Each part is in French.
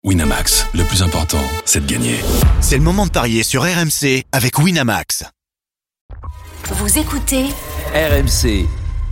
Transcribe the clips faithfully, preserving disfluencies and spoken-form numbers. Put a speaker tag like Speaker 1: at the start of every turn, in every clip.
Speaker 1: Winamax, le plus important, c'est de gagner.
Speaker 2: C'est le moment de parier sur R M C avec Winamax.
Speaker 3: Vous écoutez
Speaker 4: R M C.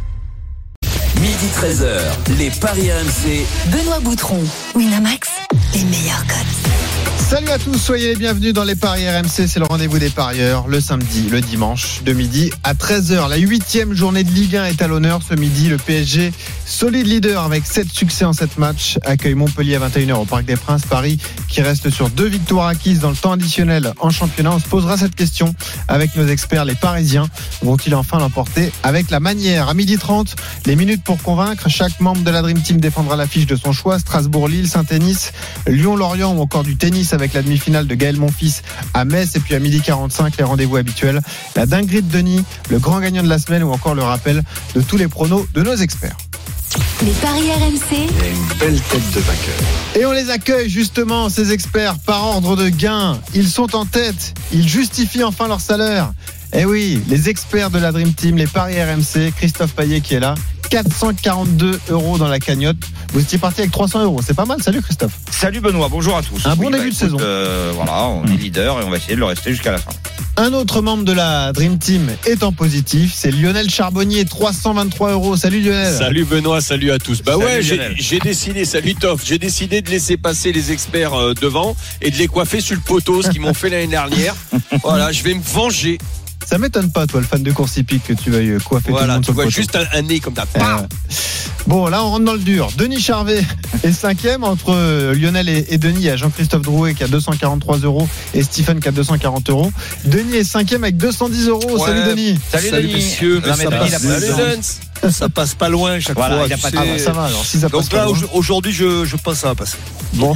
Speaker 4: Midi treize heures, les paris R M C.
Speaker 3: Benoît Boutron, Winamax, les meilleurs codes.
Speaker 5: Salut à tous, soyez les bienvenus dans les paris R M C, c'est le rendez-vous des parieurs, le samedi, le dimanche, de midi à treize heures. La huitième journée de Ligue un est à l'honneur ce midi. Le P S G, solide leader avec sept succès en sept matchs, accueille Montpellier à vingt et une heures au Parc des Princes. Paris qui reste sur deux victoires acquises dans le temps additionnel en championnat. On se posera cette question avec nos experts, les Parisiens. Vont-ils enfin l'emporter avec la manière? À midi trente, les minutes pour convaincre. Chaque membre de la Dream Team défendra l'affiche de son choix. Strasbourg-Lille, Saint-Denis, Lyon-Lorient ou encore du tennis avec la demi-finale de Gaël Monfils à Metz. Et puis à midi quarante-cinq, les rendez-vous habituels, la dinguerie de Denis, le grand gagnant de la semaine ou encore le rappel de tous les pronos de nos experts.
Speaker 3: Les paris R M C.
Speaker 6: Il y a une belle tête de vainqueur.
Speaker 5: Et on les accueille justement, ces experts, par ordre de gain. Ils sont en tête, ils justifient enfin leur salaire. Eh oui, les experts de la Dream Team, les paris R M C, Christophe Payet qui est là, quatre cent quarante-deux euros dans la cagnotte. Vous étiez parti avec trois cents euros, c'est pas mal. Salut Christophe.
Speaker 7: Salut Benoît, bonjour à tous.
Speaker 5: Un bon
Speaker 7: oui,
Speaker 5: début
Speaker 7: bah,
Speaker 5: de
Speaker 7: écoute,
Speaker 5: saison.
Speaker 7: Euh, voilà, on est leader et on va essayer de le rester jusqu'à la fin.
Speaker 5: Un autre membre de la Dream Team est en positif, c'est Lionel Charbonnier, trois cent vingt-trois euros. Salut Lionel.
Speaker 8: Salut Benoît, salut à tous. Bah
Speaker 7: Salut
Speaker 8: ouais, j'ai,
Speaker 7: Lionel.
Speaker 8: j'ai décidé, salut Toff, j'ai décidé de laisser passer les experts euh, devant et de les coiffer sur le poteau, ce qu'ils m'ont fait l'année dernière. Voilà, je vais me venger.
Speaker 5: Ça m'étonne pas, toi, le fan de course hippique, que tu veuilles coiffer
Speaker 8: Voilà,
Speaker 5: tout le monde
Speaker 8: tu
Speaker 5: sur le
Speaker 8: vois
Speaker 5: poteau.
Speaker 8: juste un, un nez comme ça.
Speaker 5: Euh, Bon, là, on rentre dans le dur. Denis Charvet est cinquième. Entre euh, Lionel et, et Denis, il y a Jean-Christophe Drouet qui a deux cent quarante-trois euros et Stephen qui a deux cent quarante euros. Denis est cinquième avec deux cent dix euros.
Speaker 8: Ouais.
Speaker 5: Salut Denis.
Speaker 7: Salut,
Speaker 8: Salut
Speaker 7: Denis.
Speaker 8: messieurs,
Speaker 7: Non, mais
Speaker 8: ça
Speaker 7: Denis,
Speaker 8: passe,
Speaker 7: il a pas
Speaker 8: salut
Speaker 7: de
Speaker 8: Dance.
Speaker 6: Ça passe pas loin chaque
Speaker 7: Voilà,
Speaker 6: fois.
Speaker 7: il a
Speaker 6: tu
Speaker 7: pas de-
Speaker 6: sais.
Speaker 5: Ah bah, ça va alors. Si ça passe
Speaker 6: Donc
Speaker 5: pas
Speaker 6: là,
Speaker 5: loin.
Speaker 6: au- aujourd'hui, je, je pense que ça va passer.
Speaker 5: Bon,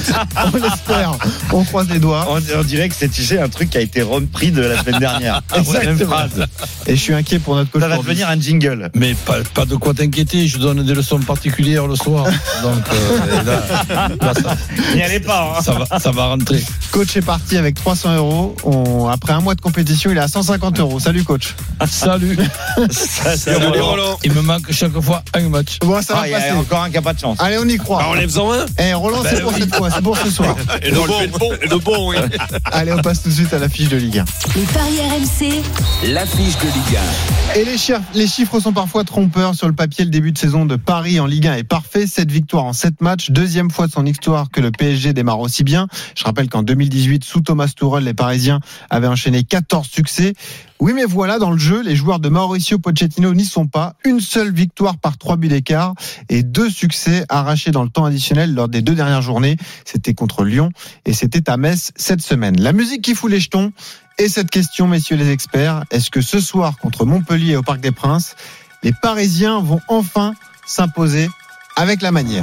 Speaker 5: on l'espère. On croise les doigts.
Speaker 7: On, on dirait que c'est tu sais, un truc qui a été repris de la semaine dernière.
Speaker 5: Exactement.
Speaker 7: Même phrase.
Speaker 5: Et je suis inquiet pour notre coach.
Speaker 7: Ça va
Speaker 5: Courbis.
Speaker 7: devenir un jingle.
Speaker 6: Mais pas, pas de quoi t'inquiéter, je donne des leçons particulières le soir. Donc euh, là, là, ça,
Speaker 7: N'y allez pas. Hein.
Speaker 6: ça, va, ça va rentrer.
Speaker 5: Coach est parti avec trois cents euros. On, après un mois de compétition, il est à cent cinquante euros. Salut coach.
Speaker 6: Salut.
Speaker 7: Ça, c'est
Speaker 8: Salut
Speaker 7: Roland.
Speaker 8: Roland.
Speaker 6: Il me manque chaque fois un match.
Speaker 5: Bon, ça
Speaker 7: Ah,
Speaker 5: va
Speaker 7: il y a
Speaker 5: passer.
Speaker 7: encore un qui n'a pas de chance.
Speaker 5: Allez, on y croit.
Speaker 8: Ah, enlève-en un.
Speaker 5: Eh, Roland,
Speaker 7: Bah
Speaker 5: c'est pour
Speaker 7: oui.
Speaker 5: cette fois, c'est pour ce soir.
Speaker 8: Et le bon, le bon, oui.
Speaker 5: Allez, on passe tout de suite à la fiche de Ligue un.
Speaker 3: Les paris R M C.
Speaker 4: L'affiche de Ligue un.
Speaker 5: Et les chiffres, les chiffres sont parfois trompeurs. Sur le papier, le début de saison de Paris en Ligue un est parfait. sept victoires en sept matchs. Deuxième fois de son histoire que le P S G démarre aussi bien. Je rappelle qu'en deux mille dix-huit, sous Thomas Tuchel, les Parisiens avaient enchaîné quatorze succès. Oui, mais voilà, dans le jeu, les joueurs de Mauricio Pochettino n'y sont pas. Une seule victoire par trois buts d'écart et deux succès arrachés dans le temps additionnel lors des deux dernières journées. C'était contre Lyon et c'était à Metz cette semaine. La musique qui fout les jetons. Et cette question, messieurs les experts, est-ce que ce soir, contre Montpellier au Parc des Princes, les Parisiens vont enfin s'imposer avec la manière?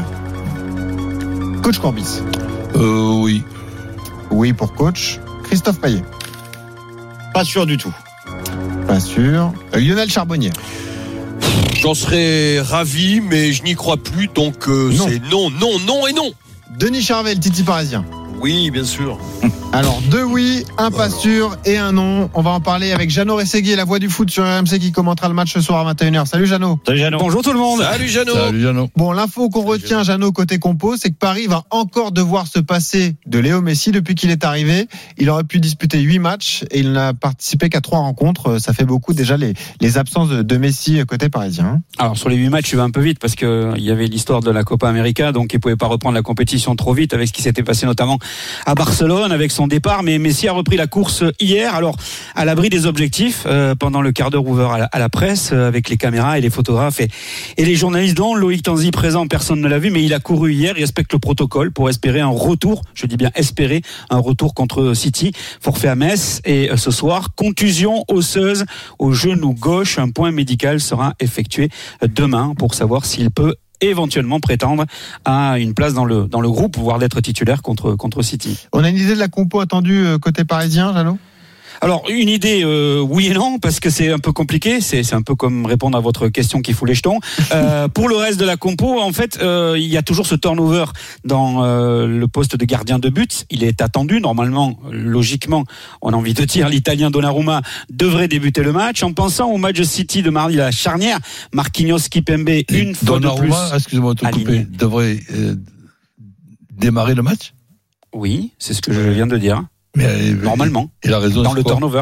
Speaker 5: Coach Courbis.
Speaker 6: Euh, oui.
Speaker 5: Oui pour coach. Christophe Payet.
Speaker 7: Pas sûr du tout.
Speaker 5: Pas sûr. Euh, Lionel Charbonnier.
Speaker 8: J'en serais ravi, mais je n'y crois plus, donc euh,
Speaker 5: Non.
Speaker 8: c'est non, non, non et non.
Speaker 5: Denis Charvet, le Titi parisien.
Speaker 6: Oui, bien sûr.
Speaker 5: Alors, deux oui, un pas sûr et un non. On va en parler avec Jeannot Rességui, la voix du foot sur R M C qui commentera le match ce soir à vingt et une heures. Salut Jeannot.
Speaker 7: Salut Jeannot.
Speaker 9: Bonjour tout le monde.
Speaker 8: Salut Jeannot.
Speaker 6: Salut Jeannot.
Speaker 5: Bon, l'info qu'on retient, Jeannot, côté compo, c'est que Paris va encore devoir se passer de Léo Messi depuis qu'il est arrivé. Il aurait pu disputer huit matchs et il n'a participé qu'à trois rencontres. Ça fait beaucoup déjà les, les absences de, de Messi côté parisien.
Speaker 9: Alors sur les huit matchs, je vais un peu vite parce que il y avait l'histoire de la Copa América, donc il pouvait pas reprendre la compétition trop vite avec ce qui s'était passé notamment à Barcelone avec son départ. Mais Messi a repris la course hier, alors à l'abri des objectifs euh, pendant le quart d'heure ouvert à la, à la presse euh, avec les caméras et les photographes et, et les journalistes dont Loïc Tanzi présent, personne ne l'a vu, mais il a couru hier, il respecte le protocole pour espérer un retour, je dis bien espérer un retour contre City, forfait à Metz et euh, ce soir, contusion osseuse au genou gauche, un point médical sera effectué demain pour savoir s'il peut éventuellement prétendre à une place dans le, dans le groupe, voire d'être titulaire contre, contre City.
Speaker 5: On a une idée de la compo attendue côté parisien, Jeannot ?
Speaker 9: Alors, une idée, euh, oui et non, parce que c'est un peu compliqué. C'est, c'est un peu comme répondre à votre question qui fout les jetons. Euh, pour le reste de la compo, en fait, euh, il y a toujours ce turnover dans euh, le poste de gardien de but. Il est attendu. Normalement, logiquement, on a envie de dire, l'Italien Donnarumma devrait débuter le match. En pensant au match de City de mardi, la charnière, Marquinhos, Kipembe, une fois de plus.
Speaker 6: Donnarumma, excusez-moi de te couper,
Speaker 9: aligné.
Speaker 6: devrait euh, démarrer le match.
Speaker 9: Oui, c'est ce que je viens de dire.
Speaker 6: Mais,
Speaker 9: Normalement.
Speaker 6: Et la raison,
Speaker 9: dans
Speaker 6: c'est
Speaker 9: le
Speaker 6: quoi
Speaker 9: turnover.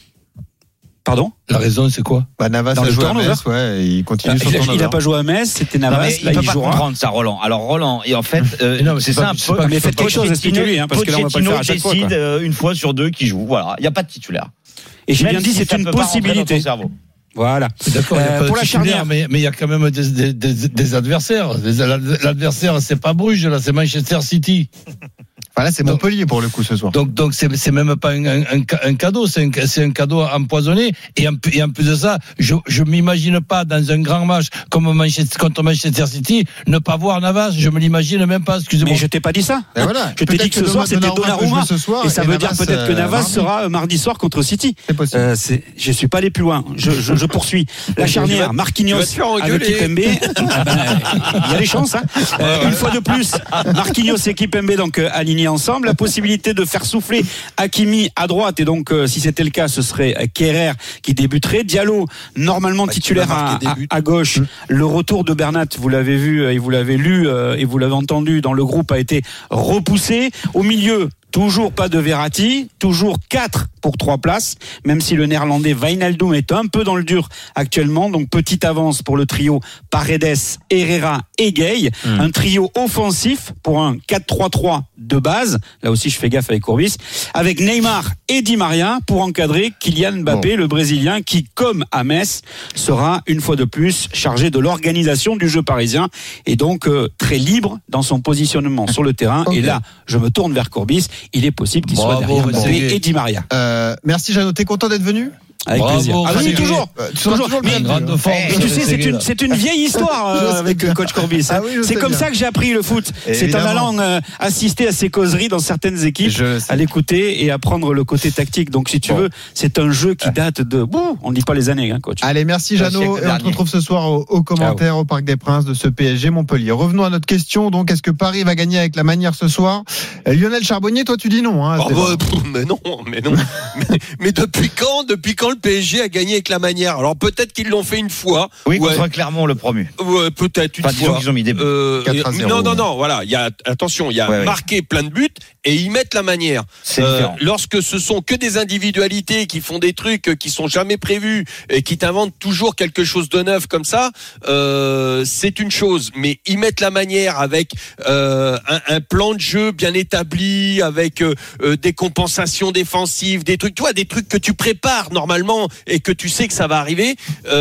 Speaker 9: Pardon?
Speaker 6: La raison, c'est quoi?
Speaker 5: Bah, Navas
Speaker 9: Dans
Speaker 5: a
Speaker 9: le
Speaker 5: joué à
Speaker 9: turnover.
Speaker 5: Metz, ouais, il continue son
Speaker 9: Il
Speaker 5: turnover.
Speaker 9: n'a pas joué à Metz, c'était
Speaker 7: Non,
Speaker 9: Navas.
Speaker 7: mais
Speaker 9: Là,
Speaker 7: il peut
Speaker 9: il
Speaker 7: pas
Speaker 9: jouera.
Speaker 7: comprendre ça, Roland. Alors Roland, et en fait, euh,
Speaker 6: non, mais
Speaker 7: c'est
Speaker 6: c'est pas-
Speaker 7: simple.
Speaker 6: c'est pas-
Speaker 9: Mais faites quelque chose, expliquez-lui, hein, parce que là, on va pas le faire à chaque fois,
Speaker 7: décide
Speaker 9: quoi.
Speaker 7: euh, une fois sur deux qui joue. Voilà, il n'y a pas de titulaire.
Speaker 9: Et j'ai
Speaker 7: Même
Speaker 9: bien dit,
Speaker 7: si
Speaker 9: c'est
Speaker 7: ça
Speaker 9: une
Speaker 7: peut pas rentrer dans ton
Speaker 9: possibilité.
Speaker 7: cerveau.
Speaker 9: Voilà.
Speaker 6: D'accord, il y a
Speaker 9: Euh,
Speaker 6: pas de
Speaker 9: pour la
Speaker 6: titulaire,
Speaker 9: charnière.
Speaker 6: mais mais il y a quand même des, des, des, des adversaires. Les- L'adversaire, c'est pas Bruges, là, c'est Manchester City.
Speaker 5: Enfin, là, c'est
Speaker 6: Donc-
Speaker 5: Montpellier pour le coup ce soir.
Speaker 6: Donc, donc c'est, c'est même pas un, un, un, un cadeau, c'est un, c'est un cadeau empoisonné. Et en, et en plus de ça, je, je m'imagine pas dans un grand match comme Manchester, contre Manchester City ne pas voir Navas. Je me l'imagine même pas. Excusez-moi.
Speaker 9: Mais je t'ai pas dit ça.
Speaker 5: Et voilà.
Speaker 9: Je t'ai dit que ce soir, c'était Donnarumma.
Speaker 5: Ce soir,
Speaker 9: Et ça
Speaker 5: et
Speaker 9: veut dire
Speaker 5: Navas,
Speaker 9: peut-être que
Speaker 5: euh,
Speaker 9: Navas
Speaker 5: mardi.
Speaker 9: sera euh, mardi soir contre City.
Speaker 5: C'est possible.
Speaker 9: Euh, c'est, je suis pas allé plus loin. Je, je, je poursuis. La charnière,
Speaker 8: tu
Speaker 9: Marquinhos
Speaker 8: vas te faire
Speaker 9: avec
Speaker 8: engueuler.
Speaker 9: Kipembe. Ah ben, il y a des chances. Hein. Euh, une fois de plus, Marquinhos et Kipembe donc euh, alignés ensemble. La possibilité de faire souffler Hakimi à droite et donc euh, si c'était le cas, ce serait euh, Kerrer qui débuterait. Diallo normalement
Speaker 8: Bah, qui
Speaker 9: titulaire
Speaker 8: va
Speaker 9: à,
Speaker 8: marquer des
Speaker 9: à,
Speaker 8: buts.
Speaker 9: à gauche. Le retour de Bernat, vous l'avez vu euh, et vous l'avez lu euh, et vous l'avez entendu dans le groupe, a été repoussé. Au milieu, toujours pas de Verratti, toujours quatre pour trois places, même si le néerlandais Wijnaldum est un peu dans le dur actuellement. Donc petite avance pour le trio Paredes, Herrera et Gueye.
Speaker 5: Mmh.
Speaker 9: Un trio offensif pour un quatre trois trois de base. Là aussi, je fais gaffe avec Courbis. Avec Neymar et Di Maria pour encadrer Kylian Mbappé, bon. le Brésilien, qui, comme à Metz, sera une fois de plus chargé de l'organisation du jeu parisien et donc euh, très libre dans son positionnement sur le terrain.
Speaker 5: Okay.
Speaker 9: Et là, je me tourne vers Courbis. Il est possible qu'il soit
Speaker 6: Bravo,
Speaker 9: derrière Mbappé
Speaker 6: Mbappé
Speaker 9: et Di Maria.
Speaker 5: Euh, merci Jeannot, t'es content d'être venu?
Speaker 9: Avec
Speaker 6: Bravo,
Speaker 9: plaisir. Ah oui,
Speaker 6: Frédéric.
Speaker 9: toujours.
Speaker 5: Euh, tu seras
Speaker 9: toujours.
Speaker 5: toujours le
Speaker 9: Mais-
Speaker 5: bienvenu,
Speaker 6: grande
Speaker 5: hein.
Speaker 6: forme.
Speaker 9: Mais tu sais, c'est une, c'est une vieille histoire
Speaker 5: Je
Speaker 9: euh,
Speaker 5: sais
Speaker 9: avec
Speaker 5: bien.
Speaker 9: le coach Courbis.
Speaker 5: Ah oui, je
Speaker 9: c'est
Speaker 5: sais
Speaker 9: comme
Speaker 5: bien.
Speaker 9: ça que j'ai appris le foot. C'est en
Speaker 5: Évidemment.
Speaker 9: allant euh, assister à ces causeries dans certaines équipes,
Speaker 5: Je sais.
Speaker 9: à l'écouter et apprendre le côté tactique. Donc, si tu
Speaker 5: Bon.
Speaker 9: veux, c'est un jeu qui date de. Bouh, on ne dit pas les années, hein, coach.
Speaker 5: Allez, merci
Speaker 7: Le
Speaker 5: Jeannot.
Speaker 7: siècle
Speaker 5: Et on te
Speaker 7: dernier.
Speaker 5: retrouve ce soir au, au commentaire au Parc des Princes de ce P S G Montpellier. Revenons à notre question. Donc, est-ce que Paris va gagner avec la manière ce soir? Euh, Lionel Charbonnier, toi, tu dis non. Hein,
Speaker 8: Oh,
Speaker 5: Stéphane.
Speaker 8: bah, pff, mais non, mais non. mais, mais depuis quand, depuis quand le P S G a gagné avec la manière? Alors peut-être qu'ils l'ont fait une fois.
Speaker 7: Oui,
Speaker 8: Ouais.
Speaker 7: contre Clermont, le promu.
Speaker 8: Ouais, peut-être une
Speaker 7: Enfin, disons
Speaker 8: fois.
Speaker 7: qu'ils ont mis des buts.
Speaker 8: Euh,
Speaker 5: quatre à zéro.
Speaker 8: non, non, non. Voilà, il y a attention, il y a
Speaker 7: Ouais, ouais.
Speaker 8: marqué plein de buts et ils mettent la manière.
Speaker 7: C'est
Speaker 8: Euh,
Speaker 7: différent.
Speaker 8: lorsque ce sont que des individualités qui font des trucs qui sont jamais prévus et qui t'inventent toujours quelque chose de neuf comme ça, euh, c'est une chose. Mais ils mettent la manière avec euh, un, un plan de jeu bien établi, avec euh, euh, des compensations défensives, des trucs, tu vois, des trucs que tu prépares normalement et que tu sais que ça va arriver.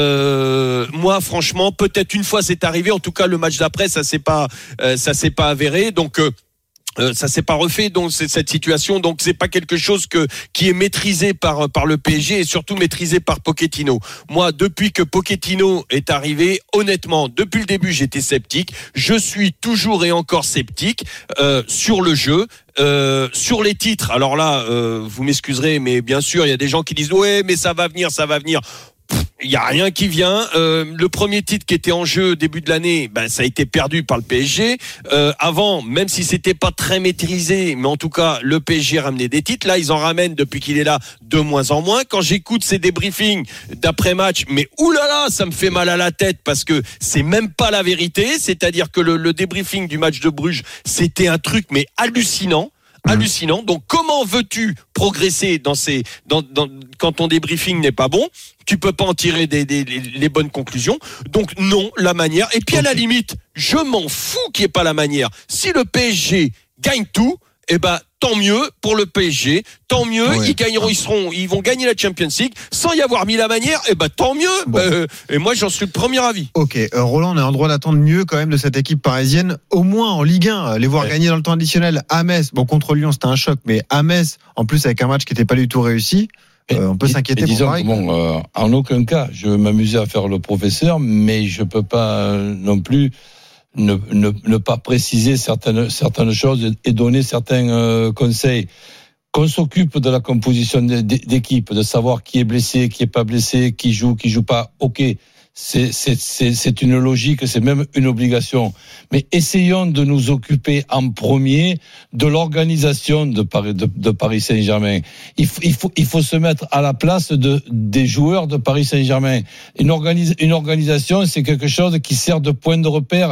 Speaker 8: Euh, moi, franchement, peut-être une fois c'est arrivé. En tout cas, le match d'après, ça s'est pas, euh, ça s'est pas avéré. Donc euh, Euh, ça s'est pas refait, donc c'est cette situation, donc c'est pas quelque chose que qui est maîtrisé par par le P S G et surtout maîtrisé par Pochettino. Moi, depuis que Pochettino est arrivé, honnêtement, depuis le début, j'étais sceptique. Je suis toujours et encore sceptique euh, sur le jeu. Euh, sur les titres, alors là, euh, vous m'excuserez, mais bien sûr, il y a des gens qui disent ouais, mais ça va venir, ça va venir. Il y a rien qui vient. Euh, le premier titre qui était en jeu début de l'année, ben ça a été perdu par le P S G. Euh, avant, même si c'était pas très maîtrisé, mais en tout cas le P S G ramenait des titres. Là, ils en ramènent depuis qu'il est là de moins en moins. Quand j'écoute ces débriefings d'après match, mais oulala, ça me fait mal à la tête parce que c'est même pas la vérité. C'est-à-dire que le, le débriefing du match de Bruges, c'était un truc mais hallucinant. Hallucinant. Donc, comment veux-tu progresser dans ces, dans, dans, quand ton débriefing n'est pas bon? Tu peux pas en tirer des, des, les, les bonnes conclusions. Donc, non, la manière. Et puis, à la limite, je m'en fous qu'il n'y ait pas la manière. Si le P S G gagne tout, eh ben, tant mieux pour le P S G. Tant mieux,
Speaker 5: Ouais.
Speaker 8: ils gagneront, ils seront, ils vont gagner la Champions League sans y avoir mis la manière. Eh ben, tant mieux.
Speaker 5: Bon.
Speaker 8: Euh, et moi, j'en suis le premier avis.
Speaker 5: Ok, euh, Roland, on est en droit d'attendre mieux quand même de cette équipe parisienne, au moins en Ligue un. Les voir
Speaker 6: Ouais.
Speaker 5: gagner dans le temps additionnel à Metz, bon contre Lyon c'était un choc, mais à Metz, en plus avec un match qui n'était pas du tout réussi, euh, on peut
Speaker 6: Et-
Speaker 5: s'inquiéter
Speaker 6: et
Speaker 5: pour
Speaker 6: disons
Speaker 5: Paris.
Speaker 6: que bon, euh, en aucun cas, je veux m'amuser à faire le professeur, mais je peux pas euh, non plus ne, ne, ne pas préciser certaines, certaines choses et- et donner certains euh, conseils. Qu'on s'occupe de la composition d- d- d'équipe, de savoir qui est blessé, qui est pas blessé, qui joue, qui joue pas. Ok, c'est c'est c'est c'est une logique, c'est même une obligation. Mais essayons de nous occuper en premier de l'organisation de Paris de, de Paris Saint-Germain. Il faut il faut il faut se mettre à la place de des joueurs de Paris Saint-Germain. Une organise une organisation, c'est quelque chose qui sert de point de repère.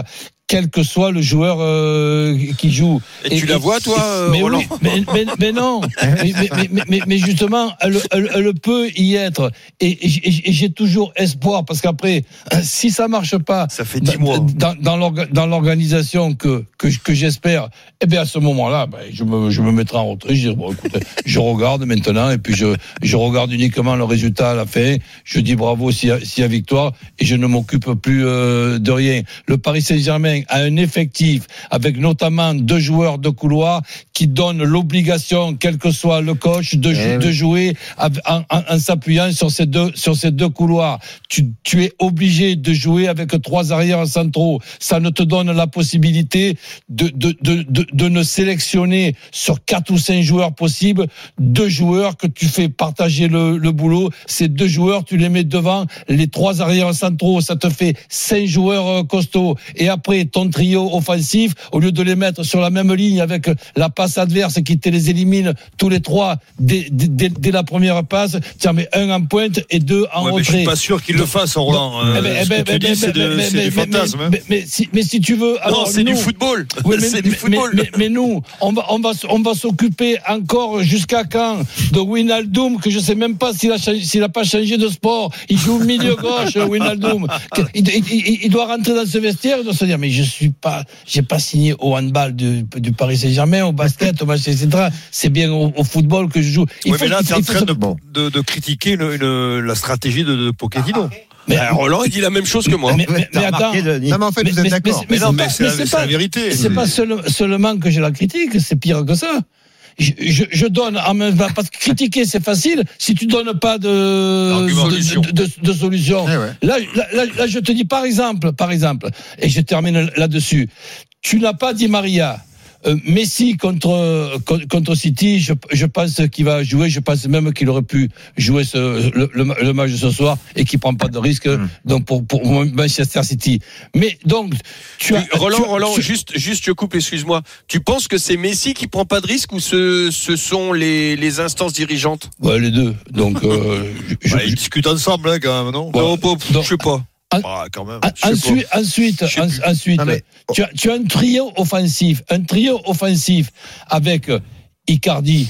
Speaker 6: quel que soit le joueur euh, qui joue.
Speaker 8: Et, et tu et, la vois, toi, euh,
Speaker 6: mais
Speaker 8: Roland
Speaker 6: oui, mais, mais, mais non. mais, mais, mais, mais justement, elle, elle, elle peut y être. Et, et, et j'ai toujours espoir, parce qu'après, si ça marche pas,
Speaker 7: ça fait dix mois
Speaker 6: dans, dans, l'orga, dans l'organisation que, que, que j'espère, eh bien à ce moment-là, ben, je me, je me mettrai en retrait. Je dis bon, écoutez, je regarde maintenant, et puis je, je regarde uniquement le résultat à la fin. Je dis bravo s'il y a, s'il y a victoire, et je ne m'occupe plus euh, de rien. Le Paris Saint-Germain a un effectif avec notamment deux joueurs de couloir qui donnent l'obligation, quel que soit le coach, de, jou- de jouer en, en, en s'appuyant sur ces deux sur ces deux couloirs. Tu, tu es obligé de jouer avec trois arrières centraux. Ça ne te donne la possibilité de de de de, de ne sélectionner sur quatre ou cinq joueurs possibles deux joueurs que tu fais partager le, le boulot. Ces deux joueurs, tu les mets devant les trois arrières centraux. Ça te fait cinq joueurs costauds. Et après, ton trio offensif, au lieu de les mettre sur la même ligne avec la passe adverse qui te les élimine tous les trois dès, dès, dès la première passe, tu en mets un en pointe et deux en
Speaker 10: ouais,
Speaker 6: retrait.
Speaker 10: Mais je suis pas sûr qu'il le fasse, Roland. Euh, eh ben, ce ben, que ben, tu ben, dis, c'est, de, c'est du fantasme.
Speaker 6: Mais, mais, mais, si, mais si tu veux, alors
Speaker 8: non, c'est
Speaker 6: nous,
Speaker 8: du football.
Speaker 6: Oui, mais,
Speaker 8: c'est du football.
Speaker 6: Mais, mais, mais nous, on va, on va, on va s'occuper encore jusqu'à quand de Wijnaldum, que je sais même pas s'il a, s'il a pas changé de sport. Il joue milieu gauche, Wijnaldum. Il, il, il doit rentrer dans ce vestiaire, il doit se dire mais je suis pas, j'ai pas signé au handball du, du Paris Saint-Germain, au basket, au match, et cetera. C'est bien au, au football que je joue. Il
Speaker 10: oui,
Speaker 6: faut,
Speaker 10: mais là, tu es en train
Speaker 6: se...
Speaker 10: de, de, de critiquer une, une, la stratégie de, de Pochettino.
Speaker 8: Mais bah, Roland, il dit la même chose que moi.
Speaker 6: Mais, mais, mais attends,
Speaker 5: non, mais en fait,
Speaker 6: mais,
Speaker 5: vous êtes
Speaker 6: mais,
Speaker 5: d'accord.
Speaker 10: Mais, mais, non, mais
Speaker 6: pas,
Speaker 10: c'est,
Speaker 6: mais
Speaker 10: la,
Speaker 6: c'est,
Speaker 10: c'est
Speaker 6: pas,
Speaker 10: la vérité.
Speaker 6: C'est, c'est pas seul, seulement que j'ai la critique, c'est pire que ça. Je, je, je donne en même temps, parce que critiquer c'est facile si tu donnes pas de de, de, de, de solution.
Speaker 5: Eh ouais.
Speaker 6: Là, là, là, là, je te dis par exemple, par exemple, et je termine là-dessus. Tu n'as pas dit Maria. Euh, Messi contre contre City, je, je pense qu'il va jouer. Je pense même qu'il aurait pu jouer ce, le, le, le match de ce soir et qu'il prend pas de risque. Mmh. Donc pour pour Manchester City. Mais donc tu as
Speaker 8: Roland,
Speaker 6: tu,
Speaker 8: Roland,
Speaker 6: tu,
Speaker 8: juste juste je coupe, excuse-moi. Tu penses que c'est Messi qui prend pas de risque ou ce ce sont les les instances dirigeantes?
Speaker 6: Ouais, les deux. Donc euh, je,
Speaker 10: ouais,
Speaker 6: je,
Speaker 10: ils discutent ensemble, hein, quand même, non?
Speaker 8: Ouais, non, pas, donc, je sais pas.
Speaker 6: En,
Speaker 10: ah, quand même,
Speaker 6: ensuite, ensuite, en, ensuite, mais, tu, as, tu as un trio offensif, un trio offensif avec Icardi,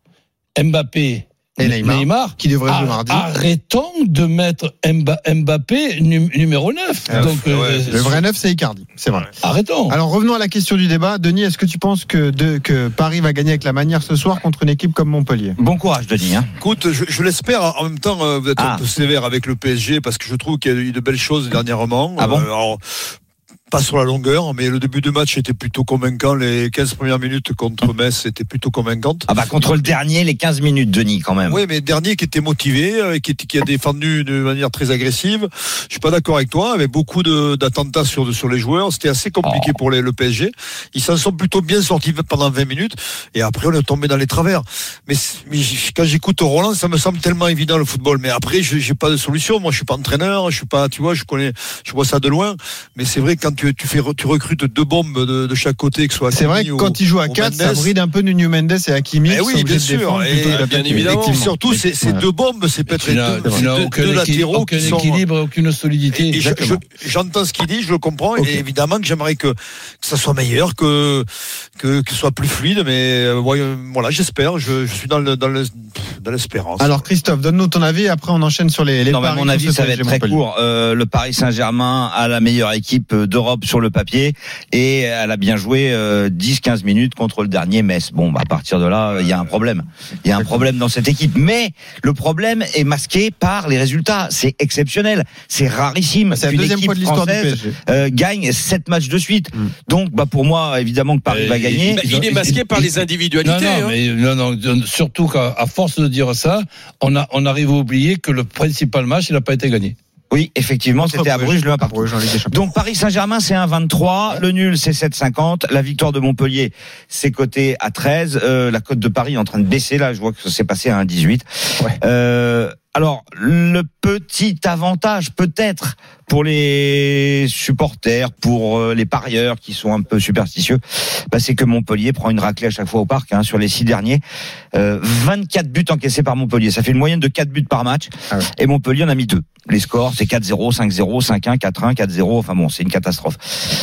Speaker 6: Mbappé
Speaker 5: et Neymar, Neymar
Speaker 6: qui devrait jouer mardi. Arrêtons de mettre Mbappé numéro neuf.
Speaker 5: Ah,
Speaker 6: Donc,
Speaker 5: ouais,
Speaker 6: euh,
Speaker 5: le vrai neuf, c'est Icardi. C'est vrai.
Speaker 6: Arrêtons.
Speaker 5: Alors, revenons à la question du débat. Denis, est-ce que tu penses que, de, que Paris va gagner avec la manière ce soir contre une équipe comme Montpellier?
Speaker 7: Bon courage, Denis. Hein.
Speaker 10: Écoute, je, je l'espère. En même temps, euh, vous êtes ah. un peu sévère avec le P S G parce que je trouve qu'il y a eu de belles choses dernièrement.
Speaker 7: Ah bon
Speaker 10: euh, alors, pas sur la longueur, mais le début de match était plutôt convaincant. Les quinze premières minutes contre Metz étaient plutôt convaincantes.
Speaker 7: Ah bah contre le dernier, les quinze minutes, Denis, quand même.
Speaker 10: Oui, mais le dernier qui était motivé, qui, qui a défendu de manière très agressive. Je suis pas d'accord avec toi, avec beaucoup de, d'attentats sur, sur les joueurs. C'était assez compliqué oh. pour les, le P S G. Ils s'en sont plutôt bien sortis pendant vingt minutes. Et après, on est tombé dans les travers. Mais, mais quand j'écoute Roland, ça me semble tellement évident le football. Mais après, je j'ai pas de solution. Moi, je suis pas entraîneur. Je suis pas, tu vois, je connais, je vois ça de loin. Mais c'est vrai, quand tu, tu fais, tu recrutes deux bombes de, de chaque côté, que ce soit
Speaker 5: c'est vrai que quand
Speaker 10: ou,
Speaker 5: ils jouent à quatre, ça bride un peu Nuno Mendes et Hakimi.
Speaker 10: Eh oui, bien sûr. Et,
Speaker 8: et bien évidemment.
Speaker 10: Et surtout, c'est, c'est deux bombes, c'est peut-être deux, deux, deux latéraux
Speaker 6: aucun
Speaker 10: qui sont,
Speaker 6: équilibre, aucune solidité.
Speaker 10: Et, et je, je, j'entends ce qu'il dit, je le comprends. Okay. Et évidemment que j'aimerais que, que ça soit meilleur, que, que, que ce soit plus fluide. Mais euh, voilà, j'espère. Je, je suis dans, le, dans, le, dans l'espérance.
Speaker 5: Alors Christophe, donne-nous ton avis. Après, on enchaîne sur les, les
Speaker 7: non,
Speaker 5: paris.
Speaker 7: Mon avis, ça va être très court. Euh, le Paris Saint-Germain a la meilleure équipe d'Europe sur le papier. Et elle a bien joué euh, dix quinze minutes contre le dernier Metz. Bon, bah, à partir de là, il y a un problème. Il y a un problème dans cette équipe. Mais le problème est masqué par les résultats. C'est exceptionnel. C'est rarissime.
Speaker 5: C'est la deuxième fois de l'histoire du P S G.
Speaker 7: Euh, gagne sept matchs de suite. Mm. Donc, bah, pour moi, évidemment que Paris euh, va gagner.
Speaker 8: Bah, il est masqué par les individualités.
Speaker 6: Non, non,
Speaker 8: hein.
Speaker 6: mais, non, non, surtout qu'à force de dire ça, on, a, on arrive à oublier que le principal match, il n'a pas été gagné.
Speaker 7: Oui, effectivement, Entre c'était à Bruges, le un partout. Donc Paris Saint-Germain, c'est un vingt-trois, le nul, c'est sept cinquante, la victoire de Montpellier, c'est coté à treize, euh, la cote de Paris est en train de baisser, là, je vois que ça s'est passé à un dix-huit. Ouais. Euh, alors, le petit avantage, peut-être, pour les supporters, pour les parieurs qui sont un peu superstitieux, bah, c'est que Montpellier prend une raclée à chaque fois au parc, hein, sur les six derniers. Euh, vingt-quatre buts encaissés par Montpellier. Ça fait une moyenne de quatre buts par match. Ah ouais. Et Montpellier en a mis deux. Les scores, c'est quatre zéro, cinq zéro, cinq un, quatre un, quatre zéro. Enfin bon, c'est une catastrophe.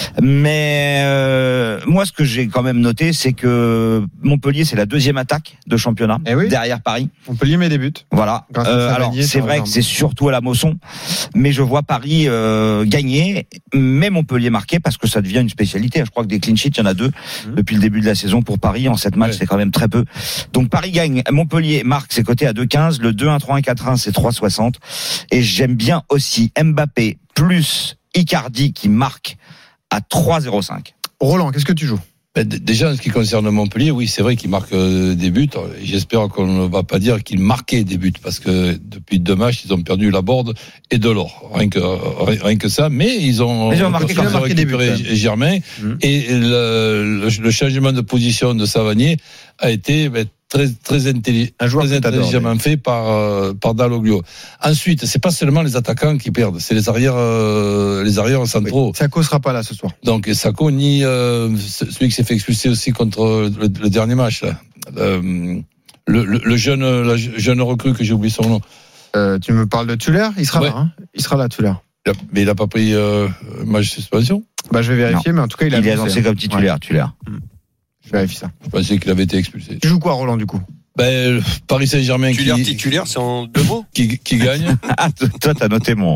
Speaker 7: Mais euh, moi, ce que j'ai quand même noté, c'est que Montpellier, c'est la deuxième attaque de championnat
Speaker 5: eh oui.
Speaker 7: derrière Paris.
Speaker 5: Montpellier met des buts.
Speaker 7: Voilà. Euh, alors c'est vrai que c'est surtout à la Mosson, mais je vois Paris euh, gagner, mais Montpellier marquer parce que ça devient une spécialité. Je crois que des clean sheets, il y en a deux mmh. depuis le début de la saison pour Paris. En sept matchs, ouais. c'est quand même très peu. Donc Paris gagne, Montpellier marque, c'est coté à deux quinze. Le deux un, trois un, quatre un, c'est trois soixante. Et j'aime bien aussi Mbappé plus Icardi qui marque à trois zéro cinq.
Speaker 5: Roland, qu'est-ce que tu joues?
Speaker 6: Déjà, en ce qui concerne Montpellier, oui, c'est vrai qu'il marque des buts. J'espère qu'on ne va pas dire qu'il marquait des buts, parce que depuis deux matchs, ils ont perdu la Borde et Delors. Rien que, rien que ça. Mais ils ont,
Speaker 7: ils ont marqué,
Speaker 6: ils ont récupéré des buts, Germain. Mmh. Et le, le, le changement de position de Savanier a été ben, très très, intelli- un joueur très intelligemment adore, fait par euh, par Dalloglio. Ensuite, c'est pas seulement les attaquants qui perdent, c'est les arrières euh, les arrières centraux.
Speaker 5: Oui, Sako sera pas là ce soir.
Speaker 6: Donc Sako ni euh, celui qui s'est fait expulser aussi contre le, le dernier match là. Euh, le, le, le jeune la jeune recrue que j'ai oublié son nom.
Speaker 5: Euh, tu me parles de Tuller, il sera ouais. là hein il sera là Tuller.
Speaker 6: Mais il a pas pris euh, match de suspension.
Speaker 5: Bah je vais vérifier non. mais en tout cas il a
Speaker 7: il est annoncé comme titulaire ouais. Tuller.
Speaker 5: Hum. Je vérifie ça.
Speaker 6: Je pensais qu'il avait été expulsé.
Speaker 5: Tu joues quoi, Roland, du coup?
Speaker 6: Ben, Paris Saint-Germain
Speaker 8: titulaire,
Speaker 6: qui
Speaker 8: titulaire, c'est en deux mots.
Speaker 6: Qui, qui gagne.
Speaker 7: Ah, toi, t'as noté mon.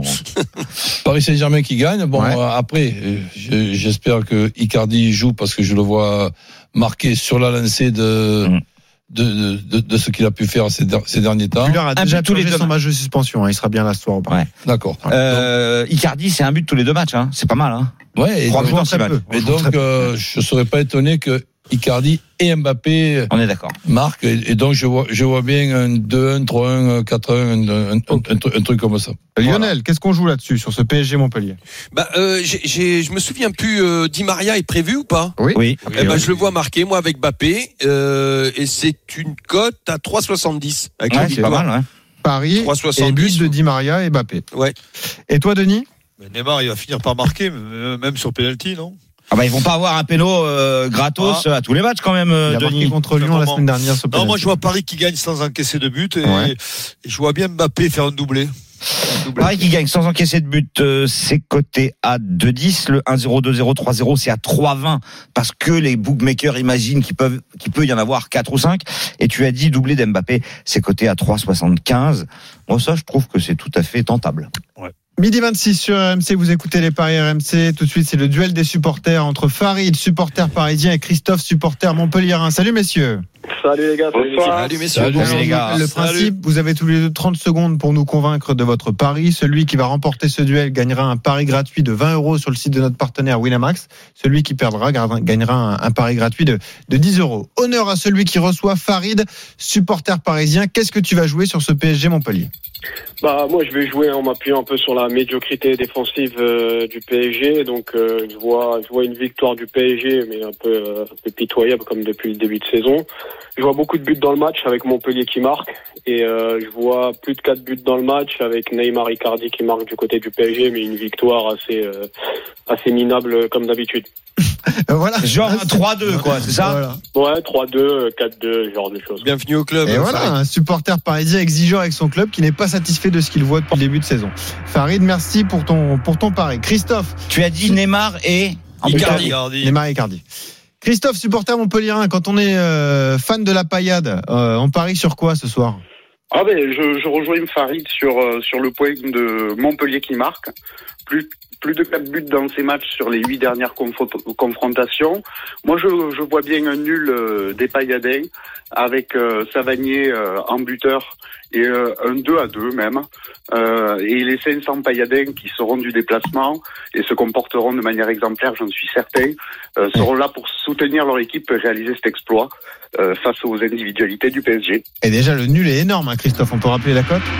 Speaker 6: Paris Saint-Germain qui gagne. Bon, ouais. euh, après, j'espère que Icardi joue parce que je le vois marquer sur la lancée de. Mm. De, de, de, de ce qu'il a pu faire ces, ces derniers temps.
Speaker 5: Tuller a déjà tous les deux son match de suspension. Hein, il sera bien là ce soir.
Speaker 7: Ouais.
Speaker 6: D'accord.
Speaker 7: Euh, Icardi, c'est un but tous les deux matchs. Hein. C'est pas mal. Hein.
Speaker 6: Ouais. Et
Speaker 7: Trois
Speaker 6: donc,
Speaker 7: buts en six matchs.
Speaker 6: Et donc, euh, je serais pas étonné que Icardi et Mbappé
Speaker 7: on est d'accord
Speaker 6: marquent et, et donc je vois je vois bien un deux un, trois un, quatre un, un, un, un, un, un truc comme ça.
Speaker 5: Lionel, voilà. Qu'est-ce qu'on joue là-dessus sur ce P S G Montpellier?
Speaker 8: Bah euh, j'ai, j'ai je me souviens plus euh, Di Maria est prévu ou pas?
Speaker 7: Oui. oui.
Speaker 8: Okay, eh ben, oui. Je le vois marquer moi avec Mbappé euh, et c'est une cote à trois soixante-dix avec
Speaker 7: ouais, c'est pas mal ouais.
Speaker 5: Paris et but de Di Maria et Mbappé.
Speaker 8: Ouais.
Speaker 5: Et toi Denis?
Speaker 10: Mais Neymar il va finir par marquer même sur penalty non?
Speaker 7: Ah bah ils vont pas avoir un péno euh, gratos ah. à tous les matchs quand même.
Speaker 5: Il a Denis. Marqué contre Lyon la semaine dernière. Ce
Speaker 10: non, moi je vois Paris qui gagne sans encaisser de but et, ouais. et je vois bien Mbappé faire un doublé.
Speaker 7: Un doublé. Paris qui gagne sans encaisser de but, euh, c'est coté à deux dix. Le un zéro, deux zéro, trois zéro, c'est à trois vingt parce que les bookmakers imaginent qu'il peut, qu'il peut y en avoir quatre ou cinq. Et tu as dit doublé d'Mbappé, c'est coté à trois soixante-quinze. Moi ça je trouve que c'est tout à fait tentable.
Speaker 5: Ouais. Midi vingt-six sur R M C, vous écoutez les paris R M C. Tout de suite, c'est le duel des supporters entre Farid, supporter parisien, et Christophe, supporter montpelliérain. Salut messieurs.
Speaker 11: Salut les gars.
Speaker 8: Salut messieurs.
Speaker 6: Salut,
Speaker 5: Salut les gars. Le principe,
Speaker 11: Salut.
Speaker 5: Vous avez tous les deux trente secondes pour nous convaincre de votre pari. Celui qui va remporter ce duel gagnera un pari gratuit de vingt euros sur le site de notre partenaire Winamax. Celui qui perdra gagnera un, un pari gratuit de, de dix euros. Honneur à celui qui reçoit Farid, supporter parisien. Qu'est-ce que tu vas jouer sur ce P S G Montpellier?
Speaker 11: Bah moi je vais jouer en m'appuyant un peu sur la médiocrité défensive euh, du P S G, donc euh, je vois je vois une victoire du P S G mais un peu euh, un peu pitoyable comme depuis le début de saison. Je vois beaucoup de buts dans le match avec Montpellier qui marque et euh, je vois plus de quatre buts dans le match avec Neymar, Icardi qui marque du côté du P S G, mais une victoire assez euh, assez minable comme d'habitude.
Speaker 5: Voilà.
Speaker 7: Genre un trois deux quoi, c'est ça?
Speaker 11: Voilà. Ouais, trois deux, quatre deux, ce genre de choses.
Speaker 8: Bienvenue au club.
Speaker 5: Et voilà, Farid. Un supporter parisien exigeant avec son club qui n'est pas satisfait de ce qu'il voit depuis le début de saison. Farid, merci pour ton pour ton pari. Christophe,
Speaker 7: tu as dit Neymar et
Speaker 8: Icardi.
Speaker 5: Icardi. Neymar et Icardi. Christophe, supporter montpelliérain, quand on est euh, fan de la paillade, euh, on parie sur quoi ce soir?
Speaker 12: Ah ben, je, je rejoins Farid sur euh, sur le point de Montpellier qui marque. Plus plus de quatre buts dans ces matchs sur les huit dernières confr- confrontations. Moi, je, je vois bien un nul euh, des Payadins avec euh, Savanier euh, en buteur et euh, un deux à deux même. Euh, et les cinq cents Payadins qui seront du déplacement et se comporteront de manière exemplaire, j'en suis certain, euh, seront là pour soutenir leur équipe et réaliser cet exploit euh, face aux individualités du P S G.
Speaker 5: Et déjà, le nul est énorme, hein, Christophe. On peut rappeler la cote?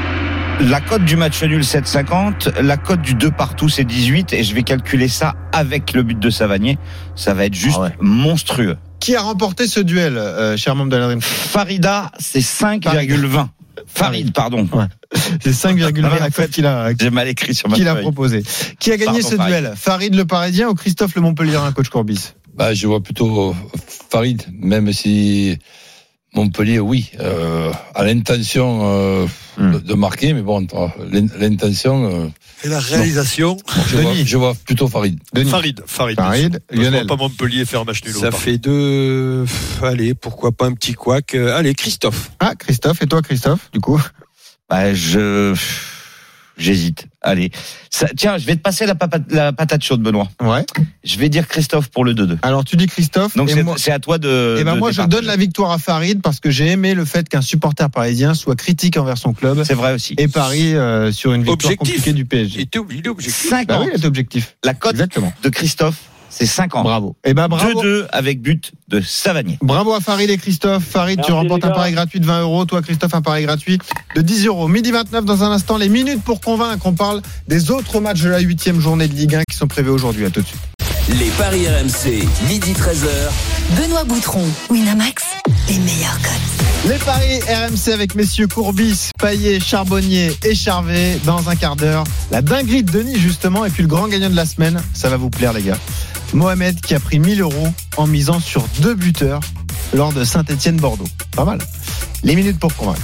Speaker 7: La cote du match nul sept cinquante, la cote du deux partout c'est dix-huit et je vais calculer ça avec le but de Savanier. Ça va être juste ah ouais. monstrueux.
Speaker 5: Qui a remporté ce duel, euh, cher membre de la Dream?
Speaker 7: Farida, c'est cinq virgule vingt. Farid, pardon.
Speaker 5: Ouais. C'est cinq virgule vingt la cote qu'il a,
Speaker 7: j'ai mal écrit sur ma
Speaker 5: qu'il a proposé. Qui a gagné
Speaker 7: pardon,
Speaker 5: ce
Speaker 7: Farid.
Speaker 5: duel? Farid le Parisien ou Christophe le Montpelliérain, coach Courbis?
Speaker 6: Bah, je vois plutôt Farid, même si Montpellier, oui, euh, a l'intention euh, mm. de, de marquer, mais bon, l'intention. Euh,
Speaker 10: Et la réalisation.
Speaker 6: Bon, je, vois, je vois plutôt Farid.
Speaker 10: Denis. Farid, Farid.
Speaker 5: Farid.
Speaker 10: Lionel. Je vois pas Montpellier faire un match nul.
Speaker 8: Ça fait deux. Allez, pourquoi pas un petit couac. Allez, Christophe.
Speaker 5: Ah, Christophe. Et toi, Christophe, du coup?
Speaker 7: Bah, je. J'hésite. Allez. Ça, tiens, je vais te passer la, papa, la patate chaude, Benoît.
Speaker 5: Ouais.
Speaker 7: Je vais dire Christophe pour le deux deux.
Speaker 5: Alors, tu dis Christophe.
Speaker 7: Donc, c'est,
Speaker 5: moi,
Speaker 7: c'est à toi de.
Speaker 5: Et ben,
Speaker 7: de
Speaker 5: moi, je donne la victoire à Farid parce que j'ai aimé le fait qu'un supporter parisien soit critique envers son club.
Speaker 7: C'est vrai aussi.
Speaker 5: Et Paris euh, sur une victoire
Speaker 8: objectif.
Speaker 5: compliquée du P S G.
Speaker 8: Il était obligé, objectif.
Speaker 7: cinquante.
Speaker 5: Bah oui, il était objectif.
Speaker 7: La cote
Speaker 5: Exactement.
Speaker 7: de Christophe, c'est cinquante.
Speaker 5: Bravo. Et ben, bravo.
Speaker 7: deux deux avec but de Savanier.
Speaker 5: Bravo à Farid et Christophe. Farid,
Speaker 11: Merci
Speaker 5: tu remportes un
Speaker 11: les gars.
Speaker 5: pari gratuit de vingt euros. Toi, Christophe, un pari gratuit de dix euros. Midi vingt-neuf, dans un instant, les minutes pour convaincre. On parle des autres matchs de la huitième journée de Ligue un qui sont prévus aujourd'hui. À tout de suite.
Speaker 4: Les paris R M C, midi treize heures.
Speaker 3: Benoît Boutron, Winamax, les meilleurs codes.
Speaker 5: Les paris R M C avec messieurs Courbis, Payet, Charbonnier et Charvet dans un quart d'heure. La dinguerie de Denis, justement, et puis le grand gagnant de la semaine. Ça va vous plaire, les gars. Mohamed qui a pris mille euros en misant sur deux buteurs lors de Saint-Étienne-Bordeaux. Pas mal. Les minutes pour convaincre.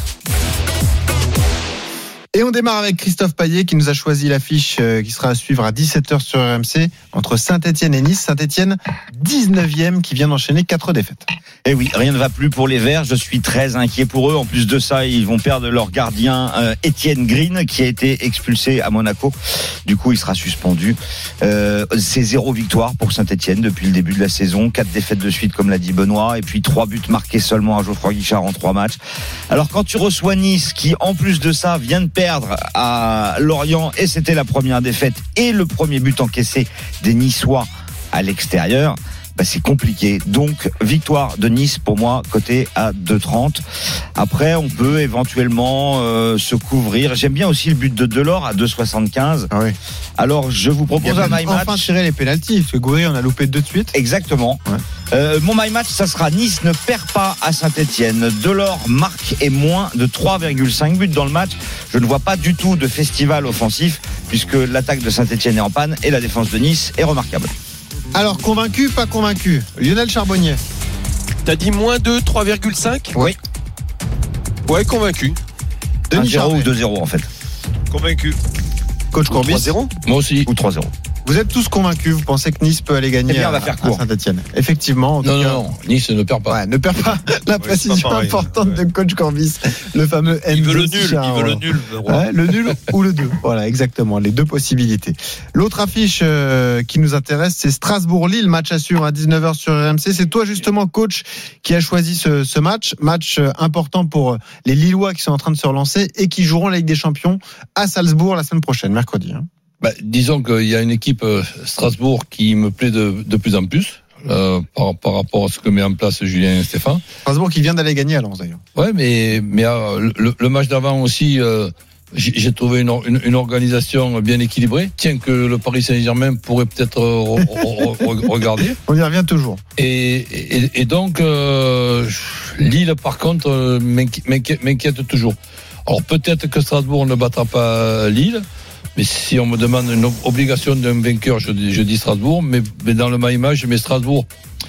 Speaker 5: Et on démarre avec Christophe Payet qui nous a choisi l'affiche qui sera à suivre à dix-sept heures sur R M C entre Saint-Étienne et Nice. Saint-Étienne, dix-neuvième, qui vient d'enchaîner quatre défaites.
Speaker 7: Eh oui, rien ne va plus pour les Verts. Je suis très inquiet pour eux. En plus de ça, ils vont perdre leur gardien euh, Étienne Green qui a été expulsé à Monaco. Du coup, il sera suspendu. Euh, c'est zéro victoire pour Saint-Étienne depuis le début de la saison. Quatre défaites de suite, comme l'a dit Benoît. Et puis trois buts marqués seulement à Geoffroy Guichard en trois matchs. Alors quand tu reçois Nice, qui en plus de ça vient de perdre à Lorient, et c'était la première défaite et le premier but encaissé des Niçois à l'extérieur, bah c'est compliqué. Donc victoire de Nice pour moi côté à deux trente. Après on peut éventuellement euh, se couvrir. J'aime bien aussi le but de Delors à deux soixante-quinze.
Speaker 5: Ah oui.
Speaker 7: Alors je vous propose un my match.
Speaker 5: Enfin tirer les pénaltys parce que Goury on a loupé deux de suite.
Speaker 7: Exactement.
Speaker 5: Ouais.
Speaker 7: Euh, mon my match, ça sera Nice ne perd pas à Saint-Étienne. Delors marque et moins de trois virgule cinq buts dans le match. Je ne vois pas du tout de festival offensif puisque l'attaque de Saint-Étienne est en panne et la défense de Nice est remarquable.
Speaker 5: Alors convaincu, pas convaincu. Lionel Charbonnier.
Speaker 8: T'as dit moins deux, trois virgule cinq.
Speaker 7: Oui.
Speaker 8: Ouais, convaincu.
Speaker 7: un zéro ou deux zéro en fait.
Speaker 10: Convaincu.
Speaker 5: Coach Courbis.
Speaker 8: trois zéro.
Speaker 6: Moi aussi.
Speaker 7: Ou trois zéro.
Speaker 5: Vous êtes tous convaincus, vous pensez que Nice peut aller gagner
Speaker 7: Eh bien, on va
Speaker 5: à,
Speaker 7: faire court.
Speaker 5: à Saint-Etienne. Effectivement. En tout
Speaker 6: Non,
Speaker 5: cas,
Speaker 6: non, non. Nice ne perd pas.
Speaker 5: Ouais, ne perd pas la
Speaker 10: Ouais,
Speaker 5: précision
Speaker 10: c'est pas pareil,
Speaker 5: importante
Speaker 10: ouais.
Speaker 5: de coach Courbis. Le fameux N.
Speaker 10: Il veut le nul. Il veut le nul.
Speaker 5: Ouais, le nul ou le deux. Voilà, exactement. Les deux possibilités. L'autre affiche euh, qui nous intéresse, c'est Strasbourg-Lille. Match à suivre à dix-neuf heures sur R M C. C'est toi, justement, coach, qui a choisi ce, ce match. Match euh, important pour les Lillois qui sont en train de se relancer et qui joueront la Ligue des Champions à Salzbourg la semaine prochaine, mercredi. Hein.
Speaker 6: Bah, disons qu'il y a une équipe euh, Strasbourg qui me plaît de, de plus en plus euh, par, par rapport à ce que met en place Julien Stéphan.
Speaker 5: Strasbourg qui vient d'aller gagner à Lens d'ailleurs.
Speaker 6: Ouais, mais mais euh, le, le match d'avant aussi, euh, j'ai, j'ai trouvé une, une, une organisation bien équilibrée. Tiens, que le Paris Saint-Germain pourrait peut-être re, re, re, regarder.
Speaker 5: On y revient toujours.
Speaker 6: Et, et, et donc euh, Lille, par contre, m'inquiète, m'inquiète, m'inquiète toujours. Alors peut-être que Strasbourg ne battra pas Lille. Mais si on me demande une obligation d'un vainqueur, je dis, je dis Strasbourg, mais, mais dans le my match, je mets Strasbourg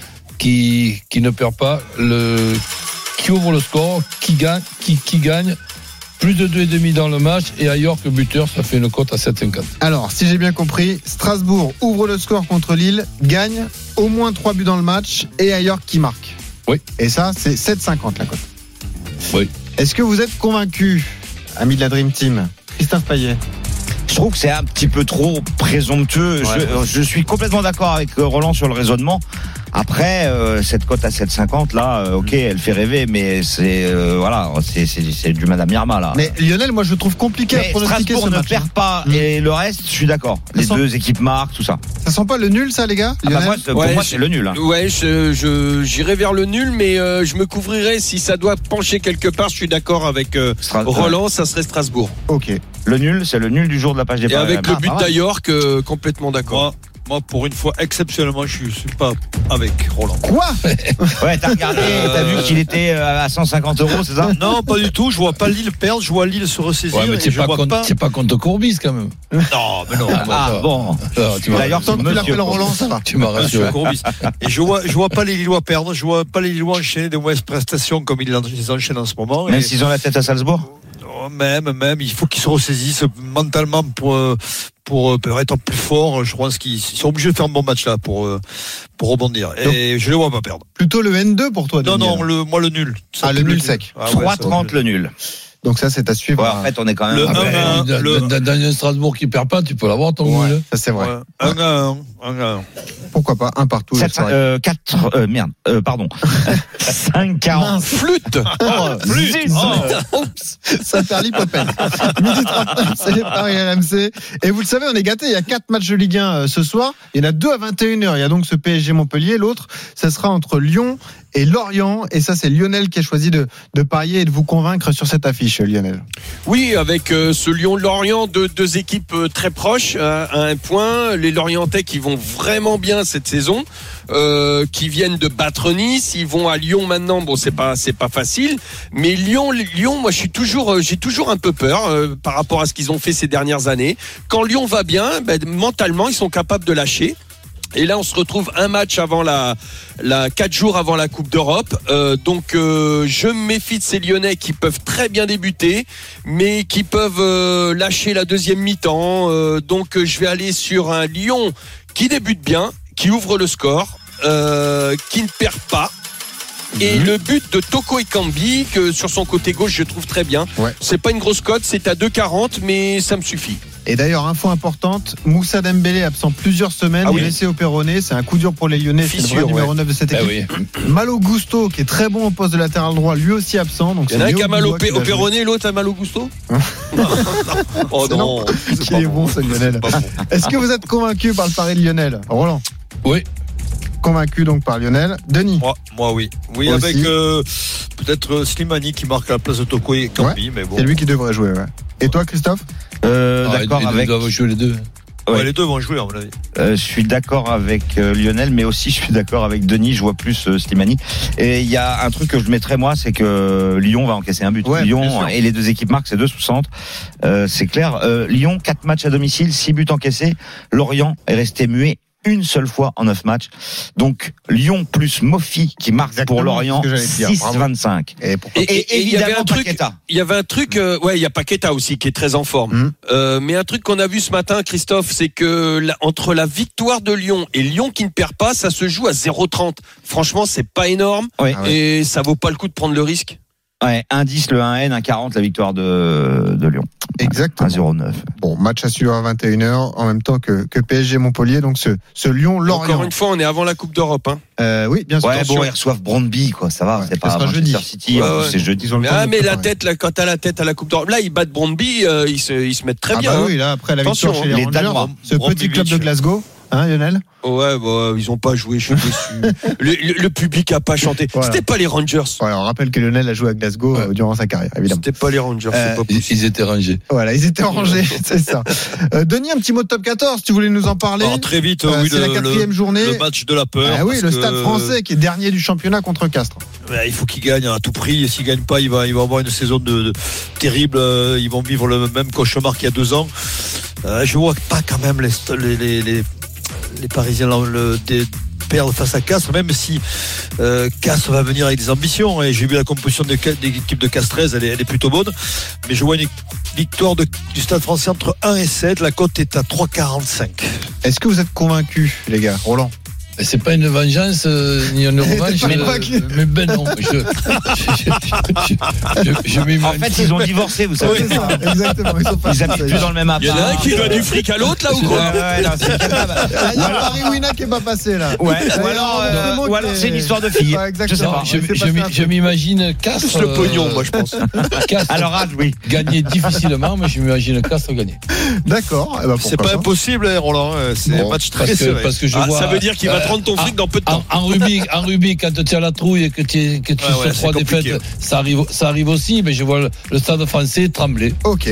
Speaker 6: qui, qui ne perd pas, le, qui ouvre le score, qui gagne, qui, qui gagne, plus de deux virgule cinq dans le match, et ailleurs que buteur, ça fait une cote à sept virgule cinquante.
Speaker 5: Alors, si j'ai bien compris, Strasbourg ouvre le score contre Lille, gagne au moins trois buts dans le match, et ailleurs qui marque.
Speaker 6: Oui.
Speaker 5: Et ça, c'est sept virgule cinquante la cote.
Speaker 6: Oui.
Speaker 5: Est-ce que vous êtes convaincu, ami de la Dream Team, Christophe Payet?
Speaker 7: Je trouve que c'est un petit peu trop présomptueux.
Speaker 5: Ouais.
Speaker 7: Je, je suis complètement d'accord avec Roland sur le raisonnement. Après, euh, cette cote à sept virgule cinquante, là, euh, ok, elle fait rêver, mais c'est euh, voilà, c'est, c'est, c'est du Madame Irma, là.
Speaker 5: Mais Lionel, moi je trouve compliqué
Speaker 7: mais
Speaker 5: à pronostiquer
Speaker 7: Strasbourg
Speaker 5: ce
Speaker 7: ne
Speaker 5: match.
Speaker 7: perd pas, mmh. et le reste, je suis d'accord. Les
Speaker 5: sent...
Speaker 7: deux équipes marquent, tout ça.
Speaker 5: Ça sent pas le nul, ça, les gars?
Speaker 7: Ah bah moi, pour
Speaker 8: ouais,
Speaker 7: moi,
Speaker 8: je,
Speaker 7: c'est le nul. Hein.
Speaker 8: Ouais, je, je, j'irai vers le nul, mais euh, je me couvrirai si ça doit pencher quelque part. Je suis d'accord avec euh, Stras- Roland, ça serait Strasbourg.
Speaker 5: Ok.
Speaker 7: Le nul, c'est le nul du jour de la page des
Speaker 8: Et
Speaker 7: paris.
Speaker 8: avec
Speaker 7: ah,
Speaker 8: le but d'Ayork, euh, complètement d'accord.
Speaker 10: Moi, moi, pour une fois, exceptionnellement, je ne suis pas avec Roland.
Speaker 5: Quoi?
Speaker 7: Ouais, t'as regardé, t'as vu qu'il était à cent cinquante euros, c'est ça?
Speaker 10: Non, pas du tout. Je vois pas Lille perdre, je vois Lille se ressaisir.
Speaker 6: Ouais, mais t'es pas, contre,
Speaker 10: pas...
Speaker 6: pas contre Courbis quand même.
Speaker 10: Non, mais non.
Speaker 7: Ah, ah bon.
Speaker 6: Alors, tu
Speaker 5: D'ailleurs, tant que tu l'appelles Roland, ça va.
Speaker 6: Tu m'as rassuré.
Speaker 10: Et je vois, je vois pas les Lillois perdre, je vois pas les Lillois enchaîner des mauvaises prestations comme ils les enchaînent en ce moment.
Speaker 7: Même
Speaker 10: et...
Speaker 7: s'ils ont la tête à Salzbourg.
Speaker 10: Même, même, il faut qu'ils se ressaisissent mentalement pour, pour, pour être plus forts. Je pense qu'ils sont obligés de faire un bon match là pour, pour rebondir. Et donc, je les vois pas perdre.
Speaker 5: Plutôt le N deux pour toi,
Speaker 10: Non,
Speaker 5: Daniel.
Speaker 10: non, le, moi le nul.
Speaker 5: Ça ah, le nul sec.
Speaker 10: Ah,
Speaker 7: trois trente ouais, le nul.
Speaker 5: Donc ça, c'est à suivre.
Speaker 7: Ouais, en fait, on est quand même...
Speaker 10: Le
Speaker 6: ah ben, ben, le... Daniel Strasbourg qui perd pas, tu peux l'avoir ton
Speaker 5: ouais,
Speaker 6: nul.
Speaker 5: Ça, c'est vrai.
Speaker 10: Ouais. Un à un. Un à un.
Speaker 5: Pourquoi pas, un partout.
Speaker 7: sept, euh, quatre, euh, merde, euh, pardon. cinq quarante.
Speaker 8: Flûte!
Speaker 7: Oh, flûte!
Speaker 5: Oh. Oups! Ça perd l'hypopète. Midi trente-neuf, c'est les paris R M C. Et vous le savez, on est gâtés. Il y a quatre matchs de Ligue un euh, ce soir. Il y en a deux à vingt et une heures. Il y a donc ce P S G Montpellier. L'autre, ça sera entre Lyon et Lorient. Et ça, c'est Lionel qui a choisi de, de parier et de vous convaincre sur cette affiche, Lionel.
Speaker 8: Oui, avec euh, ce Lyon-Lorient, deux, deux équipes euh, très proches euh, à un point. Les Lorientais qui vont vraiment bien cette saison, euh, qui viennent de battre Nice. Ils vont à Lyon maintenant. Bon, c'est pas c'est pas facile, mais Lyon, Lyon, moi, je suis toujours, euh, j'ai toujours un peu peur euh, par rapport à ce qu'ils ont fait ces dernières années. Quand Lyon va bien, ben, mentalement, ils sont capables de lâcher. Et là, on se retrouve un match avant la, la quatre jours avant la Coupe d'Europe. Euh, donc, euh, je me méfie de ces Lyonnais qui peuvent très bien débuter, mais qui peuvent euh, lâcher la deuxième mi-temps. Euh, donc, je vais aller sur un Lyon qui débute bien, qui ouvre le score, euh, qui ne perd pas. Et mmh. le but de Toko Ekambi, que sur son côté gauche, je trouve très bien. Ouais. C'est pas une grosse cote, c'est à deux quarante, mais ça me suffit.
Speaker 5: Et d'ailleurs, info importante, Moussa Dembélé absent plusieurs semaines, ah oui. blessé au péroné, c'est un coup dur pour les Lyonnais, c'est le vrai numéro ouais. neuf de cette équipe. Ah oui. Malo Gusto, qui est très bon au poste de latéral droit, lui aussi absent. Donc
Speaker 8: il y en a un qui a mal au, p- au péroné, l'autre a mal au Gusto.
Speaker 10: Oh non,
Speaker 5: c'est qui est bon, ce Lionel. Est-ce que vous êtes convaincu par le pari de Lionel, Roland?
Speaker 6: Oui.
Speaker 5: Convaincu donc par Lionel. Denis?
Speaker 10: Moi, moi oui. Oui, moi avec euh, peut-être Slimani qui marque à la place de Toko et Cambi, ouais. mais bon.
Speaker 5: C'est lui qui devrait jouer, ouais. Et toi, Christophe?
Speaker 7: euh, ah, D'accord, avec.
Speaker 6: Ils doivent jouer les deux.
Speaker 10: Ouais. Ouais, les deux vont jouer, à mon avis.
Speaker 7: Euh, je suis d'accord avec euh, Lionel, mais aussi je suis d'accord avec Denis. Je vois plus euh, Slimani. Et il y a un truc que je mettrais moi, c'est que Lyon va encaisser un but. Ouais, Lyon et les deux équipes marquent, c'est deux soixante. Euh, c'est clair. Euh, Lyon, quatre matchs à domicile, six buts encaissés. Lorient est resté muet une seule fois en neuf matchs. Donc Lyon plus Mofi qui marque exactement pour Lorient six vingt-cinq.
Speaker 8: Et, et, et, et, et il y avait un truc, Paqueta. Il y avait un truc, euh, ouais, il y a Paqueta aussi qui est très en forme. Mmh. Euh, mais un truc qu'on a vu ce matin, Christophe, c'est que la, entre la victoire de Lyon et Lyon qui ne perd pas, ça se joue à zéro trente. Franchement, c'est pas énorme oui. et ça vaut pas le coup de prendre le risque.
Speaker 7: Ouais, un dix le un N, un quarante la victoire de, de Lyon.
Speaker 5: Exactement.
Speaker 7: un zéro neuf.
Speaker 5: Bon, match à suivre à vingt et une heures en même temps que, que P S G Montpellier, donc ce, ce Lyon-Lorient.
Speaker 8: Encore une fois, on est avant la Coupe d'Europe. Hein.
Speaker 5: Euh, oui, bien sûr.
Speaker 7: Ouais, bon, ils reçoivent Brøndby, quoi, ça va, ouais, c'est pas
Speaker 5: jeudi.
Speaker 7: City,
Speaker 8: ouais, ouais.
Speaker 7: c'est jeudi.
Speaker 8: Mais, ah, mais la tête, là, quand t'as la tête à la Coupe d'Europe, là, ils battent Brøndby, euh, ils, se, ils se mettent très
Speaker 5: ah
Speaker 8: bien.
Speaker 5: Bah
Speaker 8: hein.
Speaker 5: oui, là, après la
Speaker 8: Attention,
Speaker 5: victoire chez les, les Rangers, Danois, ce Brøndby petit club de Glasgow. Hein, Lionel?
Speaker 8: Ouais, bah, ils ont pas joué, je suis déçu. le, le, le public a pas chanté. Voilà. C'était pas les Rangers.
Speaker 5: Voilà, on rappelle que Lionel a joué à Glasgow ouais. euh, durant sa carrière, évidemment.
Speaker 8: C'était pas les Rangers, euh, c'est pas
Speaker 6: ils, ils étaient rangés.
Speaker 5: Voilà, ils étaient rangés, c'est ça. Euh, Denis, un petit mot de top quatorze, tu voulais nous en parler?
Speaker 10: Alors, très vite,
Speaker 5: euh,
Speaker 10: oui,
Speaker 5: c'est
Speaker 10: le,
Speaker 5: la quatrième
Speaker 10: le,
Speaker 5: journée.
Speaker 10: Le match de la peur.
Speaker 5: Ah oui, le Stade que... français qui est dernier du championnat contre Castres.
Speaker 10: Ouais, il faut qu'il gagne à tout prix. Et s'il gagne pas, il va, il va avoir une saison de, de terrible. Ils vont vivre le même cauchemar qu'il y a deux ans. Euh, je vois pas quand même les, les, les, les les Parisiens le, des, perdent face à Castres, même si euh, Castres va venir avec des ambitions. Et j'ai vu la composition de, de l'équipe de Castres, elle est, elle est plutôt bonne. Mais je vois une victoire de, du Stade français entre un et sept. La cote est à trois quarante-cinq.
Speaker 5: Est-ce que vous êtes convaincus, les gars? Roland?
Speaker 6: C'est pas une vengeance euh, ni une revanche, mais, euh, mais ben non. Je, je, je, je, je, je
Speaker 7: en fait, ils ont divorcé, vous savez.
Speaker 5: Oui, ça, exactement. Ils,
Speaker 7: ils habitent plus dans le même appart.
Speaker 8: Il y en a un qui doit du fric à l'autre là ou quoi?
Speaker 7: Ouais, ouais, non, c'est
Speaker 5: il y a Paris Wina qui est pas passé là.
Speaker 7: Ouais. Ou alors, euh, ou alors c'est une histoire de fille.
Speaker 5: Ouais, je sais pas.
Speaker 6: Je, je, je m'imagine Castres.
Speaker 8: Le pognon, moi je pense.
Speaker 6: Castres.
Speaker 7: Alors, oui.
Speaker 6: Gagner difficilement, mais je m'imagine Castres gagner.
Speaker 5: D'accord. Eh ben,
Speaker 10: c'est pas impossible, Roland. C'est bon, un match très serré.
Speaker 6: Parce que je
Speaker 8: ah,
Speaker 6: vois.
Speaker 8: Ça veut dire qu'il va te rendre ton fric dans peu de temps.
Speaker 6: En, en rugby, en rugby, quand tu as la trouille et que tu, que tu ah ouais, sur trois défaites, ça arrive, ça arrive aussi, mais je vois le, le Stade français trembler.
Speaker 5: Ok.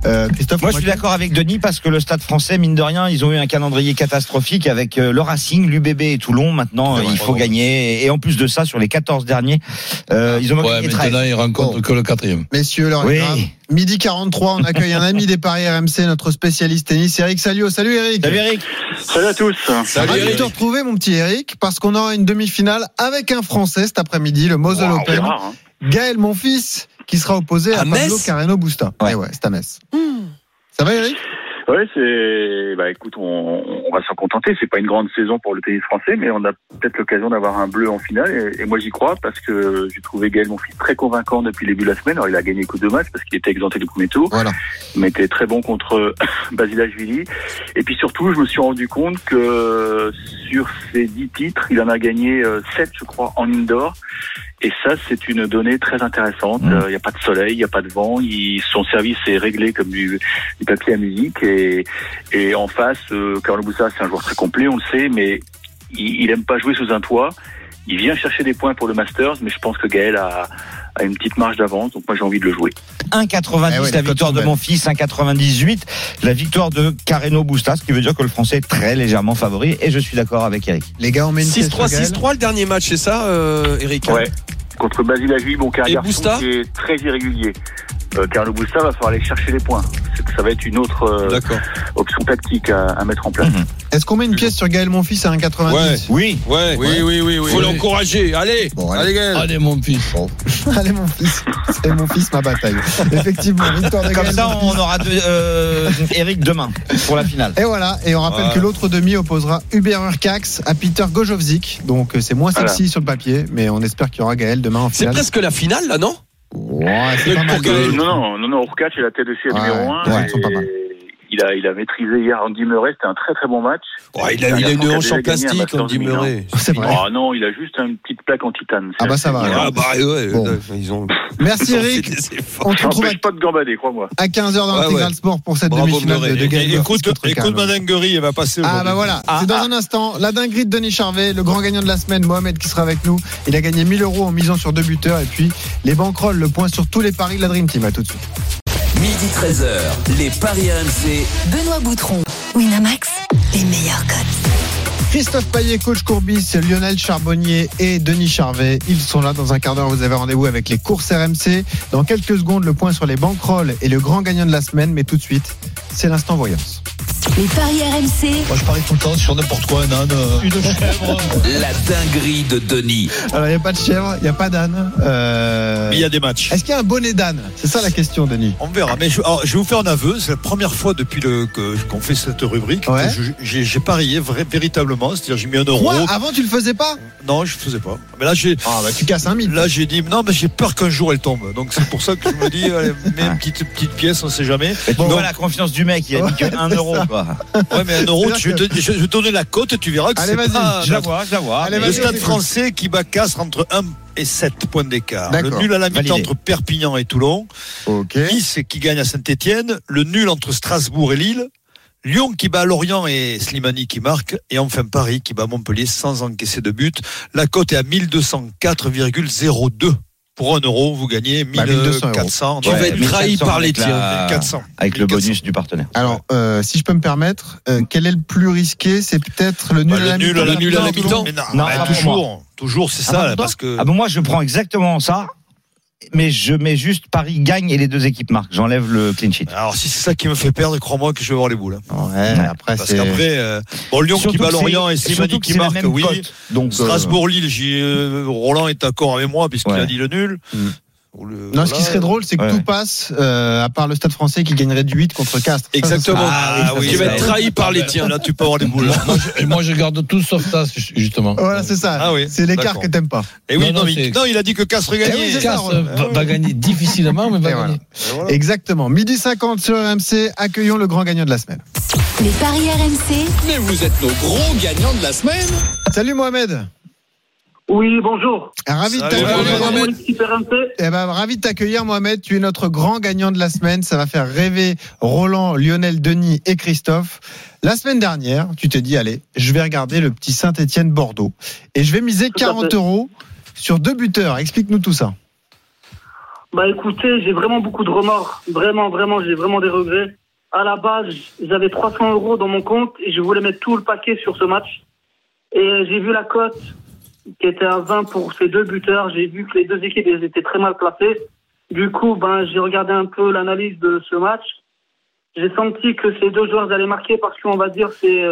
Speaker 5: Euh, Christophe,
Speaker 7: moi je suis d'accord avec Denis parce que le Stade Français, mine de rien, ils ont eu un calendrier catastrophique avec le Racing, l'U B B et Toulon. Maintenant, ouais, il faut gagner. Et en plus de ça, sur les quatorze derniers, euh, ils ont
Speaker 6: ouais,
Speaker 7: gagné treize.
Speaker 6: Maintenant, ils rencontrent bon. que le quatrième.
Speaker 5: Messieurs, l'heure
Speaker 7: oui.
Speaker 5: est grave. Midi quarante-trois, on accueille un ami des paris R M C, notre spécialiste tennis, Eric Salio. Salut Eric.
Speaker 7: Salut Eric.
Speaker 12: Salut à tous.
Speaker 5: Salut Ravi Eric. de te retrouver mon petit Eric, parce qu'on aura une demi-finale avec un Français cet après-midi, le Moselle wow, Open. Rare, hein. Gaël Monfils, qui sera opposé à, à Pablo Carreno Busta. Ouais, ouais, c'est à Metz. Mmh. Ça va Eric?
Speaker 13: Ouais, c'est, bah, écoute, on, on va s'en contenter. C'est pas une grande saison pour le tennis français, mais on a peut-être l'occasion d'avoir un bleu en finale. Et, et moi, j'y crois parce que j'ai trouvé Gaël Monfils très convaincant depuis le début de la semaine. Alors, il a gagné que deux matchs parce qu'il était exempté du premier tour. Voilà. Mais était très bon contre Basilashvili. Et puis surtout, je me suis rendu compte que sur ses dix titres, il en a gagné sept, je crois, en indoor. Et ça, c'est une donnée très intéressante. Il mmh. n'y euh, a pas de soleil, il n'y a pas de vent. Il, son service est réglé comme du, du papier à musique. Et, et en face, euh, Carlo Busta, c'est un joueur très complet, on le sait, mais il, il aime pas jouer sous un toit. Il vient chercher des points pour le Masters, mais je pense que Gaël a, a une petite marge d'avance. Donc moi, j'ai envie de le jouer.
Speaker 7: un virgule quatre-vingt-dix eh ouais, la victoire de Monfils, un virgule quatre-vingt-dix-huit la victoire de Carreno Busta, ce qui veut dire que le Français est très légèrement favori. Et je suis d'accord avec Eric.
Speaker 5: Les gars, on met une
Speaker 8: six trois six trois le dernier match, c'est ça, euh, Eric?
Speaker 13: Ouais. Contre Basilashvili, bon carrière qui est très irrégulier. Euh, Carlo Busta va falloir aller chercher les points. Ça va être une autre euh, option tactique à, à mettre en place.
Speaker 5: Mmh. Est-ce qu'on met une pièce sur Gaël Monfils à un virgule quatre-vingt-dix?
Speaker 8: Ouais. Oui. Ouais. Oui, oui, oui, oui. Faut oui. l'encourager. Allez.
Speaker 5: Bon, allez.
Speaker 8: Allez, Gaël.
Speaker 6: Allez, mon fils. Bon.
Speaker 5: Allez, mon fils. C'est mon fils, ma bataille. Effectivement, victoire de Gaël.
Speaker 7: Comme ça, Monfils. On aura de, euh, Eric demain pour la finale.
Speaker 5: Et voilà. Et on rappelle ouais. que l'autre demi opposera Hubert Hurkacz à Peter Gojowczyk. Donc, c'est moins sexy voilà. sur le papier, mais on espère qu'il y aura Gaël demain en finale.
Speaker 8: C'est presque la finale, là, non?
Speaker 5: Ouais, c'est pas mal.
Speaker 13: Euh, non, non, non, non, Hurkacz est la tête de série ouais, numéro un.
Speaker 5: Ouais, ils sont pas mal.
Speaker 13: Il a, il a maîtrisé hier Andy Murray, c'était un très très bon match.
Speaker 8: Oh, il, a, il a une hanche en plastique, Andy Murray.
Speaker 5: C'est vrai.
Speaker 13: Oh non, il a juste une petite plaque en titane.
Speaker 5: Ah bah ça va.
Speaker 8: Ah bah ouais,
Speaker 5: bon.
Speaker 8: ils ont.
Speaker 5: Merci Eric.
Speaker 13: On te retrouve à... pas de gambader, crois-moi.
Speaker 5: À quinze heures dans ouais, l'Intégral ouais. Sport pour cette Bravo demi-finale de, de Gaël.
Speaker 10: Écoute, écoute ma dinguerie, elle va passer.
Speaker 5: Ah bah voilà, ah, c'est dans ah. un instant la dinguerie de Denis Charvet, le grand gagnant de la semaine, Mohamed qui sera avec nous. Il a gagné mille euros en misant sur deux buteurs et puis les banquerolles, le point sur tous les paris de la Dream Team. À tout de suite.
Speaker 4: Midi treize heures, les paris R M C.
Speaker 3: Benoît Boutron, Winamax, les meilleurs codes.
Speaker 5: Christophe Payet, coach Courbis, Lionel Charbonnier et Denis Charvet. Ils sont là dans un quart d'heure. Vous avez rendez-vous avec les courses R M C. Dans quelques secondes, le point sur les banquerolles et le grand gagnant de la semaine. Mais tout de suite, c'est l'instant voyance.
Speaker 3: Les paris R M C.
Speaker 10: Moi, je parie tout le temps sur n'importe quoi, un âne, une chèvre.
Speaker 4: La dinguerie de Denis.
Speaker 5: Alors, il n'y a pas de chèvre, il n'y a pas d'âne. Euh...
Speaker 10: Mais il y a des matchs.
Speaker 5: Est-ce qu'il y a un bonnet d'âne? C'est ça la question, Denis.
Speaker 10: On verra. Mais je, alors, je vais vous faire un aveu. C'est la première fois depuis le, que, qu'on fait cette rubrique ouais. que je, j'ai, j'ai parié vrai, véritablement. C'est-à-dire, j'ai mis un euro.
Speaker 5: Quoi? Avant, tu le faisais pas?
Speaker 10: Non, je ne faisais pas. Mais là, j'ai.
Speaker 5: Ah, bah, tu casses un mythe.
Speaker 10: Là, j'ai dit, non, mais j'ai peur qu'un jour elle tombe. Donc, c'est pour ça que je me dis, allez, mets une petite, petite pièce, on ne sait jamais.
Speaker 7: Mais tu bon. vois la confiance du mec, il a dit que un euro, quoi.
Speaker 10: Ouais, mais un euro, je vais, te, je vais te donner la cote, tu verras que
Speaker 5: allez,
Speaker 10: c'est
Speaker 5: vas-y,
Speaker 10: pas.
Speaker 7: Je la vois, je la vois.
Speaker 10: Allez, le Stade français qui bat Castres entre un et sept points d'écart. D'accord. Le nul à la mi-temps entre Perpignan et Toulon.
Speaker 5: Okay.
Speaker 10: Nice qui gagne à Saint-Etienne. Le nul entre Strasbourg et Lille. Lyon qui bat Lorient et Slimani qui marque. Et enfin Paris qui bat Montpellier sans encaisser de but. La cote est à mille deux cent quatre virgule zéro deux. Pour un euro, vous gagnez mille quatre cents.
Speaker 8: Tu vas être trahi par les tiens.
Speaker 10: mille quatre cents.
Speaker 7: Avec le bonus du partenaire.
Speaker 5: Alors, euh, si je peux me permettre, euh, quel est le plus risqué? C'est peut-être le nul
Speaker 10: bah,
Speaker 5: à la mi-temps.
Speaker 10: Le nul à la mi-temps.
Speaker 7: Non,
Speaker 10: bah, toujours, toujours, c'est
Speaker 7: ah
Speaker 10: ça.
Speaker 7: Là,
Speaker 10: parce que...
Speaker 7: Ah ben moi, je prends exactement ça. Mais je mets juste Paris gagne et les deux équipes marquent. J'enlève le clean sheet.
Speaker 10: Alors si c'est ça qui me fait perdre, crois-moi que je vais avoir les boules.
Speaker 5: Ouais, après
Speaker 10: parce
Speaker 5: c'est...
Speaker 10: qu'après, euh, bon, Lyon surtout qui bat Lorient et Slimani qui marque, oui.
Speaker 5: Donc
Speaker 10: Strasbourg-Lille, euh, Roland est d'accord avec moi puisqu'il ouais. a dit le nul. Mm.
Speaker 5: Le, non, voilà. Ce qui serait drôle, c'est que ouais. tout passe, euh, à part le Stade français qui gagnerait du huit contre Castres.
Speaker 8: Exactement.
Speaker 10: Ah, oui,
Speaker 8: qui va être trahi par les tiens.
Speaker 10: Là, tu peux avoir les boules.
Speaker 6: moi, je, moi, je garde tout sauf ça, justement.
Speaker 5: Voilà, c'est ça. Ah, oui. C'est l'écart D'accord. que t'aimes pas.
Speaker 10: Et oui, non, non, mais, non, il a dit que Castres gagnait.
Speaker 6: Eh oui, Castres va, va gagner difficilement, mais va et gagner.
Speaker 5: Voilà. Voilà. Exactement. Midi cinquante sur R M C. Accueillons le grand gagnant de la semaine.
Speaker 3: Les paris R M C.
Speaker 4: Mais vous êtes nos gros gagnants de la semaine.
Speaker 5: Salut Mohamed.
Speaker 12: Oui, bonjour.
Speaker 5: Ravi de t'accueillir, Mohamed. Eh ben, ravi de t'accueillir, Mohamed. Tu es notre grand gagnant de la semaine. Ça va faire rêver Roland, Lionel, Denis et Christophe. La semaine dernière, tu t'es dit, allez, je vais regarder le petit Saint-Étienne-Bordeaux. Et je vais miser quarante euros sur deux buteurs. Explique-nous tout ça.
Speaker 14: Bah écoutez, j'ai vraiment beaucoup de remords. Vraiment, vraiment, j'ai vraiment des regrets. À la base, j'avais trois cents euros dans mon compte et je voulais mettre tout le paquet sur ce match. Et j'ai vu la cote qui était à vingt pour ces deux buteurs. J'ai vu que les deux équipes elles étaient très mal placées. Du coup, ben, j'ai regardé un peu l'analyse de ce match. J'ai senti que ces deux joueurs allaient marquer parce qu'on va dire c'est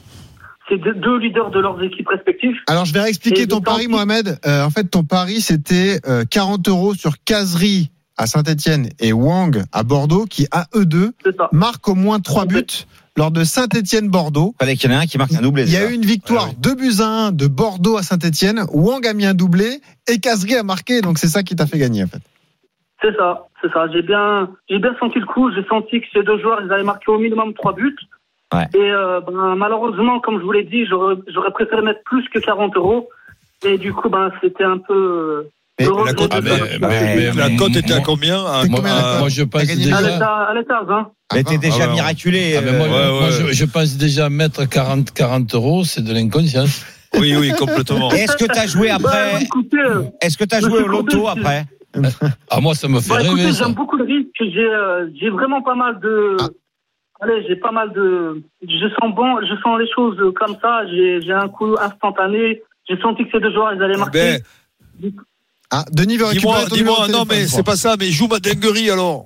Speaker 14: c'est deux leaders de leurs équipes respectives.
Speaker 5: Alors je vais réexpliquer ton pari, Mohamed. Euh, en fait, ton pari c'était euh, quarante euros sur Kazri à Saint-Etienne et Wang à Bordeaux, qui à eux deux marquent au moins trois buts lors de Saint-Etienne-Bordeaux.
Speaker 7: Fallait qu'il y en ait un qui marque un doublé.
Speaker 5: Il y a eu une victoire ouais, ouais. deux buts à un de Bordeaux à Saint-Etienne. Wang a mis un doublé et Kazri a marqué, donc c'est ça qui t'a fait gagner en fait.
Speaker 14: C'est ça, c'est ça. J'ai bien, j'ai bien senti le coup. J'ai senti que ces deux joueurs, ils avaient marqué au minimum trois buts.
Speaker 7: Ouais.
Speaker 14: Et euh, ben, malheureusement, comme je vous l'ai dit, j'aurais, j'aurais préféré mettre plus que quarante euros. Et du coup, ben, c'était un peu.
Speaker 10: Mais la cote, ah, mais, mais, mais, la cote était à combien, à,
Speaker 6: moi, à, moi, je pense déjà.
Speaker 14: À l'état, à l'état, hein.
Speaker 7: Elle était déjà ah, ouais, miraculée.
Speaker 6: Ah, mais moi, ouais, moi ouais. Je, je pense déjà mettre quarante, quarante euros, c'est de l'inconscience.
Speaker 10: Oui, oui, complètement.
Speaker 7: Est-ce que tu as joué après? Bah, écoutez, Est-ce que tu as joué au loto après?
Speaker 6: Ah, moi, ça me fait
Speaker 14: bah,
Speaker 6: rêver.
Speaker 14: Écoutez,
Speaker 6: ça.
Speaker 14: J'aime beaucoup le risque. J'ai, euh, j'ai vraiment pas mal de. Ah. Allez, j'ai pas mal de. Je sens bon, je sens les choses comme ça. J'ai, j'ai un coup instantané. J'ai senti que ces deux joueurs, ils allaient marquer.
Speaker 10: Ben...
Speaker 5: Ah, Denis veut récupérer
Speaker 10: dis-moi, ton dis-moi, non, mais c'est pas ça, mais joue ma dinguerie alors.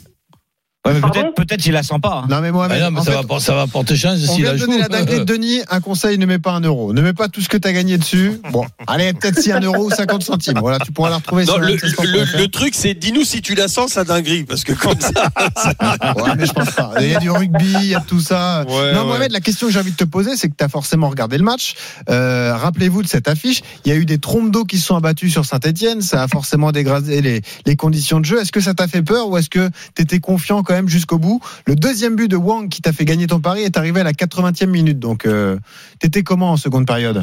Speaker 7: Ouais, mais peut-être, peut-être il la sent pas. Hein.
Speaker 5: Non, mais moi,
Speaker 6: bah non, mais ça, fait, va, ça va porter chance s'il la joue. On vient de donner la dinguerie de Denis.
Speaker 5: Un conseil, ne mets pas un euro. Ne mets pas tout ce que tu as gagné dessus. Bon, allez, peut-être si un euro ou cinquante centimes. Voilà, tu pourras la retrouver
Speaker 8: non,
Speaker 5: sur
Speaker 8: le, le, le truc, c'est dis-nous si tu la sens, sa dinguerie. Parce que comme ça. ça...
Speaker 5: Ouais, mais je pense pas. Il y a du rugby, il y a tout ça. Ouais, non, ouais. Mohamed, la question que j'ai envie de te poser, c'est que tu as forcément regardé le match. Euh, rappelez-vous de cette affiche. Il y a eu des trompes d'eau qui se sont abattues sur Saint-Etienne. Ça a forcément dégradé les, les conditions de jeu. Est-ce que ça t'a fait peur ou est-ce que tu étais confiant quand même jusqu'au bout? Le deuxième but de Wang qui t'a fait gagner ton pari est arrivé à la quatre-vingtième minute. Donc, euh, t'étais comment en seconde période?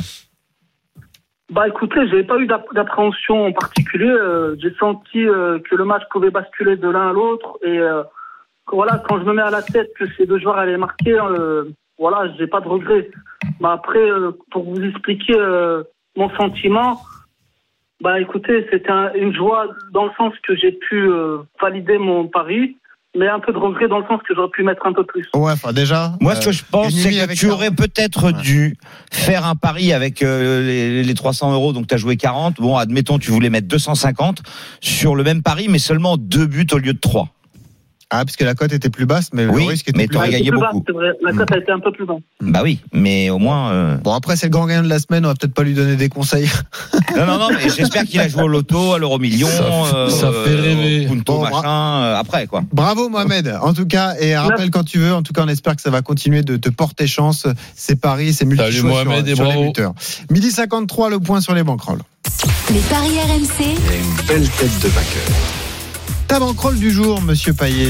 Speaker 14: Bah écoutez, j'avais pas eu d'appréhension en particulier. Euh, j'ai senti euh, que le match pouvait basculer de l'un à l'autre. Et euh, voilà, quand je me mets à la tête que ces deux joueurs allaient marquer, euh, voilà, j'ai pas de regrets. Bah après, euh, pour vous expliquer euh, mon sentiment, bah écoutez, c'était un, une joie dans le sens que j'ai pu euh, valider mon pari. Mais un peu de regret dans le sens que j'aurais pu mettre un peu plus.
Speaker 5: Ouais, enfin déjà.
Speaker 7: Moi, ce que je pense, c'est que tu aurais peut-être ouais. dû faire un pari avec euh, les, les trois cents euros. Donc, tu as joué quarante. Bon, admettons, tu voulais mettre deux cent cinquante sur le même pari, mais seulement deux buts au lieu de trois.
Speaker 5: Ah, parce que la cote était plus basse, mais
Speaker 7: oui,
Speaker 5: le risque était
Speaker 7: mais
Speaker 5: plus
Speaker 7: t'aurais gagné
Speaker 14: plus
Speaker 7: beaucoup.
Speaker 14: Basse, c'est vrai. La cote a été un peu plus basse.
Speaker 7: Bah oui, mais au moins. Euh...
Speaker 5: Bon, après, c'est le grand gagnant de la semaine, on va peut-être pas lui donner des conseils.
Speaker 7: Non, non, non, mais j'espère qu'il a joué au loto, à l'euro million.
Speaker 6: Ça, euh, ça fait rêver.
Speaker 7: Punto, bon, machin, bra- euh, après, quoi.
Speaker 5: Bravo, Mohamed. En tout cas, et rappelle quand tu veux. En tout cas, on espère que ça va continuer de te porter chance. C'est paris, c'est multi
Speaker 6: Salut, Mohamed,
Speaker 5: sur,
Speaker 6: et
Speaker 5: sur
Speaker 6: bravo.
Speaker 5: les buteurs. Midi cinquante-trois, le point sur les banquerolles.
Speaker 3: Les paris R M C.
Speaker 1: Il y a une belle tête de vainqueur.
Speaker 5: Ta banquerolle du jour, monsieur Payet.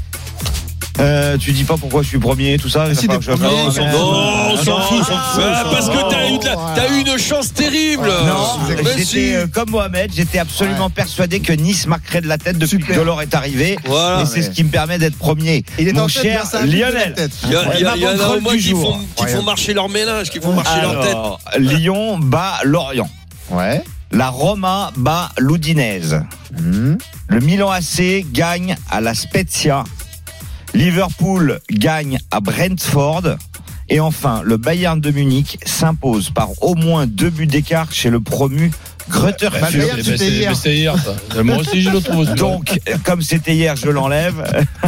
Speaker 7: Euh, tu dis pas pourquoi je suis premier, tout ça.
Speaker 5: Si
Speaker 8: non, on s'en fout, on s'en fout. Parce que t'as eu, t'as eu une chance terrible.
Speaker 7: Non, j'étais euh, comme Mohamed, j'étais absolument ouais. persuadé que Nice marquerait de la tête depuis Super. que Delors est arrivé. Voilà, et c'est mais... ce qui me permet d'être premier. Il est Mon cher Lionel.
Speaker 8: Il y, y, y, y en a au moins qui font, qui font marcher leur ménage, qui font marcher
Speaker 7: Alors,
Speaker 8: leur tête.
Speaker 7: Lyon bat Lorient.
Speaker 5: Ouais.
Speaker 7: La Roma bat l'Udinese. Mmh. Le Milan A C gagne à la Spezia. Liverpool gagne à Brentford. Et enfin, le Bayern de Munich s'impose par au moins deux buts d'écart chez le promu Greuther
Speaker 5: bah,
Speaker 7: Fürth.
Speaker 5: Bayern, c'était hier.
Speaker 6: C'est hier, ça. Moi aussi, je le trouve.
Speaker 7: Donc, comme c'était hier, je l'enlève.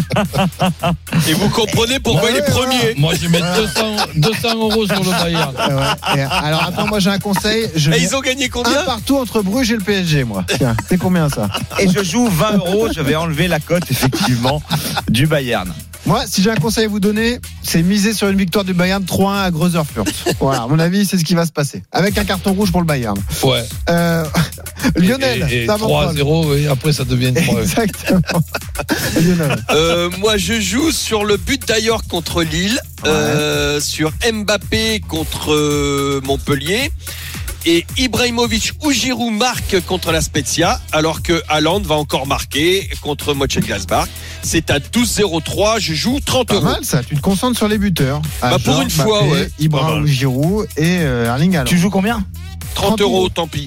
Speaker 8: Et vous comprenez pourquoi ouais, il est premier.
Speaker 6: Moi, je mets deux cents euros sur le Bayern.
Speaker 5: Ouais. Alors, attends, moi, j'ai un conseil. Je
Speaker 8: Et ils ont gagné combien?
Speaker 5: Un partout entre Bruges et le P S G, moi. Tiens, c'est combien, ça?
Speaker 7: Et je joue vingt euros. Je vais enlever la cote, effectivement, du Bayern.
Speaker 5: Moi, si j'ai un conseil à vous donner, c'est miser sur une victoire du Bayern trois un à Greuther Fürth. Voilà, à mon avis, c'est ce qui va se passer. Avec un carton rouge pour le Bayern.
Speaker 6: Ouais.
Speaker 5: Euh, Lionel,
Speaker 6: et, et trois à zéro, et après ça devient trois.
Speaker 5: Exactement. Lionel.
Speaker 8: Euh, moi, je joue sur le but d'ailleurs contre Lille, ouais. euh, sur Mbappé contre euh, Montpellier. Et Ibrahimovic ou Giroud marque contre la Spezia, alors que Haaland va encore marquer contre Mönchengladbach. C'est à douze zéro trois, je joue trente euros.
Speaker 5: Pas mal ça, tu te concentres sur les buteurs.
Speaker 8: Bah pour une Mbappé, fois, ouais.
Speaker 5: Ibrahimovic ou Giroud et euh, Erling Haaland.
Speaker 7: Tu joues combien?
Speaker 8: trente euros, tant pis.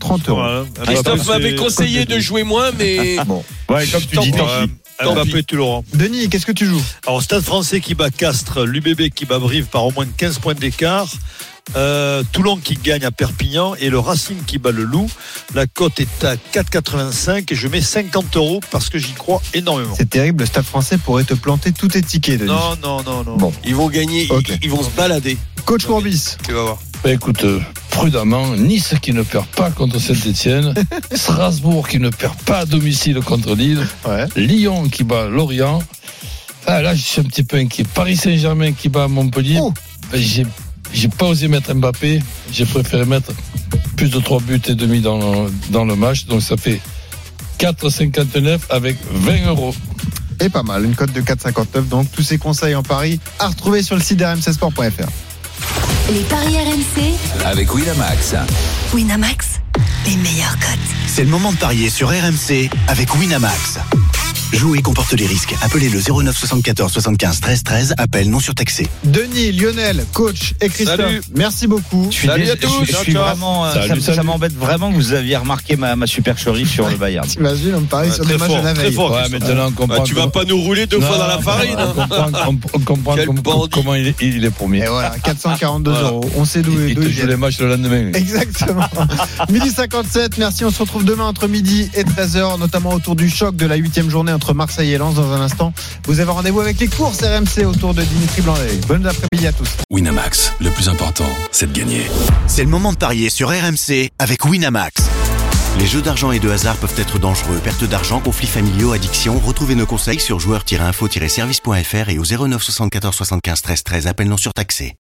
Speaker 5: trente euros.
Speaker 10: Voilà.
Speaker 8: Christophe m'avait conseillé de jouer moins, mais
Speaker 5: Bon.
Speaker 7: Ouais, comme tu dis, tant pis.
Speaker 10: Mbappé, tu l'auras.
Speaker 5: Denis, qu'est-ce que tu joues?
Speaker 10: Alors, Stade Français qui bat Castres, l'U B B qui bat Brive par au moins quinze points d'écart. Euh, Toulon qui gagne à Perpignan et le Racing qui bat le Loup. La cote est à quatre virgule quatre-vingt-cinq et je mets cinquante euros parce que j'y crois énormément.
Speaker 5: C'est terrible, le Stade Français pourrait te planter tous tes tickets, Denis.
Speaker 10: Non, non, non, non.
Speaker 5: Bon.
Speaker 8: ils vont gagner,
Speaker 5: Ok.
Speaker 8: ils, ils vont se balader.
Speaker 5: Coach Courbis.
Speaker 10: Tu vas voir.
Speaker 6: Bah, écoute, euh, prudemment, Nice qui ne perd pas contre Saint-Etienne, Strasbourg qui ne perd pas à domicile contre Lille,
Speaker 5: Ouais.
Speaker 6: Lyon qui bat Lorient. Ah, là, je suis un petit peu inquiet. Paris Saint-Germain qui bat Montpellier.
Speaker 5: Oh.
Speaker 6: Ben, j'ai, j'ai pas osé mettre Mbappé. J'ai préféré mettre plus de trois buts et demi dans le, dans le match. Donc ça fait quatre virgule cinquante-neuf avec vingt euros.
Speaker 5: Et pas mal, une cote de quatre virgule cinquante-neuf. Donc tous ces conseils en paris à retrouver sur le site r m c sport point f r.
Speaker 3: Les paris R M C,
Speaker 4: Avec Winamax.
Speaker 3: Winamax, les meilleurs cotes.
Speaker 2: C'est le moment de parier sur R M C avec Winamax. Jouer comporte les risques. Appelez le zéro neuf soixante-quatorze soixante-quinze treize treize. Appel non surtaxé.
Speaker 5: Denis, Lionel, coach et Christophe,
Speaker 10: Salut.
Speaker 5: merci beaucoup.
Speaker 7: Je suis,
Speaker 10: Salut
Speaker 7: dés-
Speaker 10: à tous.
Speaker 7: je suis- je suis
Speaker 10: Ciao, ciao.
Speaker 7: vraiment, euh,
Speaker 6: Salut,
Speaker 7: ça,
Speaker 6: salut.
Speaker 7: ça m'embête vraiment que vous aviez remarqué ma, ma supercherie sur le Bayern.
Speaker 5: T'imagines, on parie
Speaker 10: Ouais,
Speaker 5: sur
Speaker 10: très
Speaker 5: des matchs
Speaker 10: fort,
Speaker 5: de la
Speaker 10: très
Speaker 5: veille.
Speaker 10: fort.
Speaker 6: Ouais, maintenant on comprend.
Speaker 8: Bah, tu vas pas nous rouler deux
Speaker 6: Non,
Speaker 8: fois dans la farine.
Speaker 6: On comprend, on- on comprend
Speaker 8: Quel
Speaker 6: com-
Speaker 8: bandit.
Speaker 6: comment il est, il est promis.
Speaker 5: Et voilà, quatre cent quarante-deux
Speaker 6: Voilà.
Speaker 5: euros. On sait d'où
Speaker 6: Il, il
Speaker 5: d'où
Speaker 6: te
Speaker 5: ils
Speaker 6: joue
Speaker 5: viennent.
Speaker 6: les matchs le lendemain.
Speaker 5: Exactement. midi cinquante-sept, merci. On se retrouve demain entre midi et treize heures, notamment autour du choc de la huitième journée entre Marseille et Lens dans un instant. Vous avez rendez-vous avec les courses R M C autour de Dimitri Blanc. Bonne après-midi à tous.
Speaker 2: Winamax, le plus important, c'est de gagner. C'est le moment de parier sur R M C avec Winamax. Les jeux d'argent et de hasard peuvent être dangereux. Perte d'argent, conflits familiaux, addiction. Retrouvez nos conseils sur joueurs tiret info tiret service point f r et au zéro neuf soixante-quatorze soixante-quinze treize treize. Appel non surtaxé.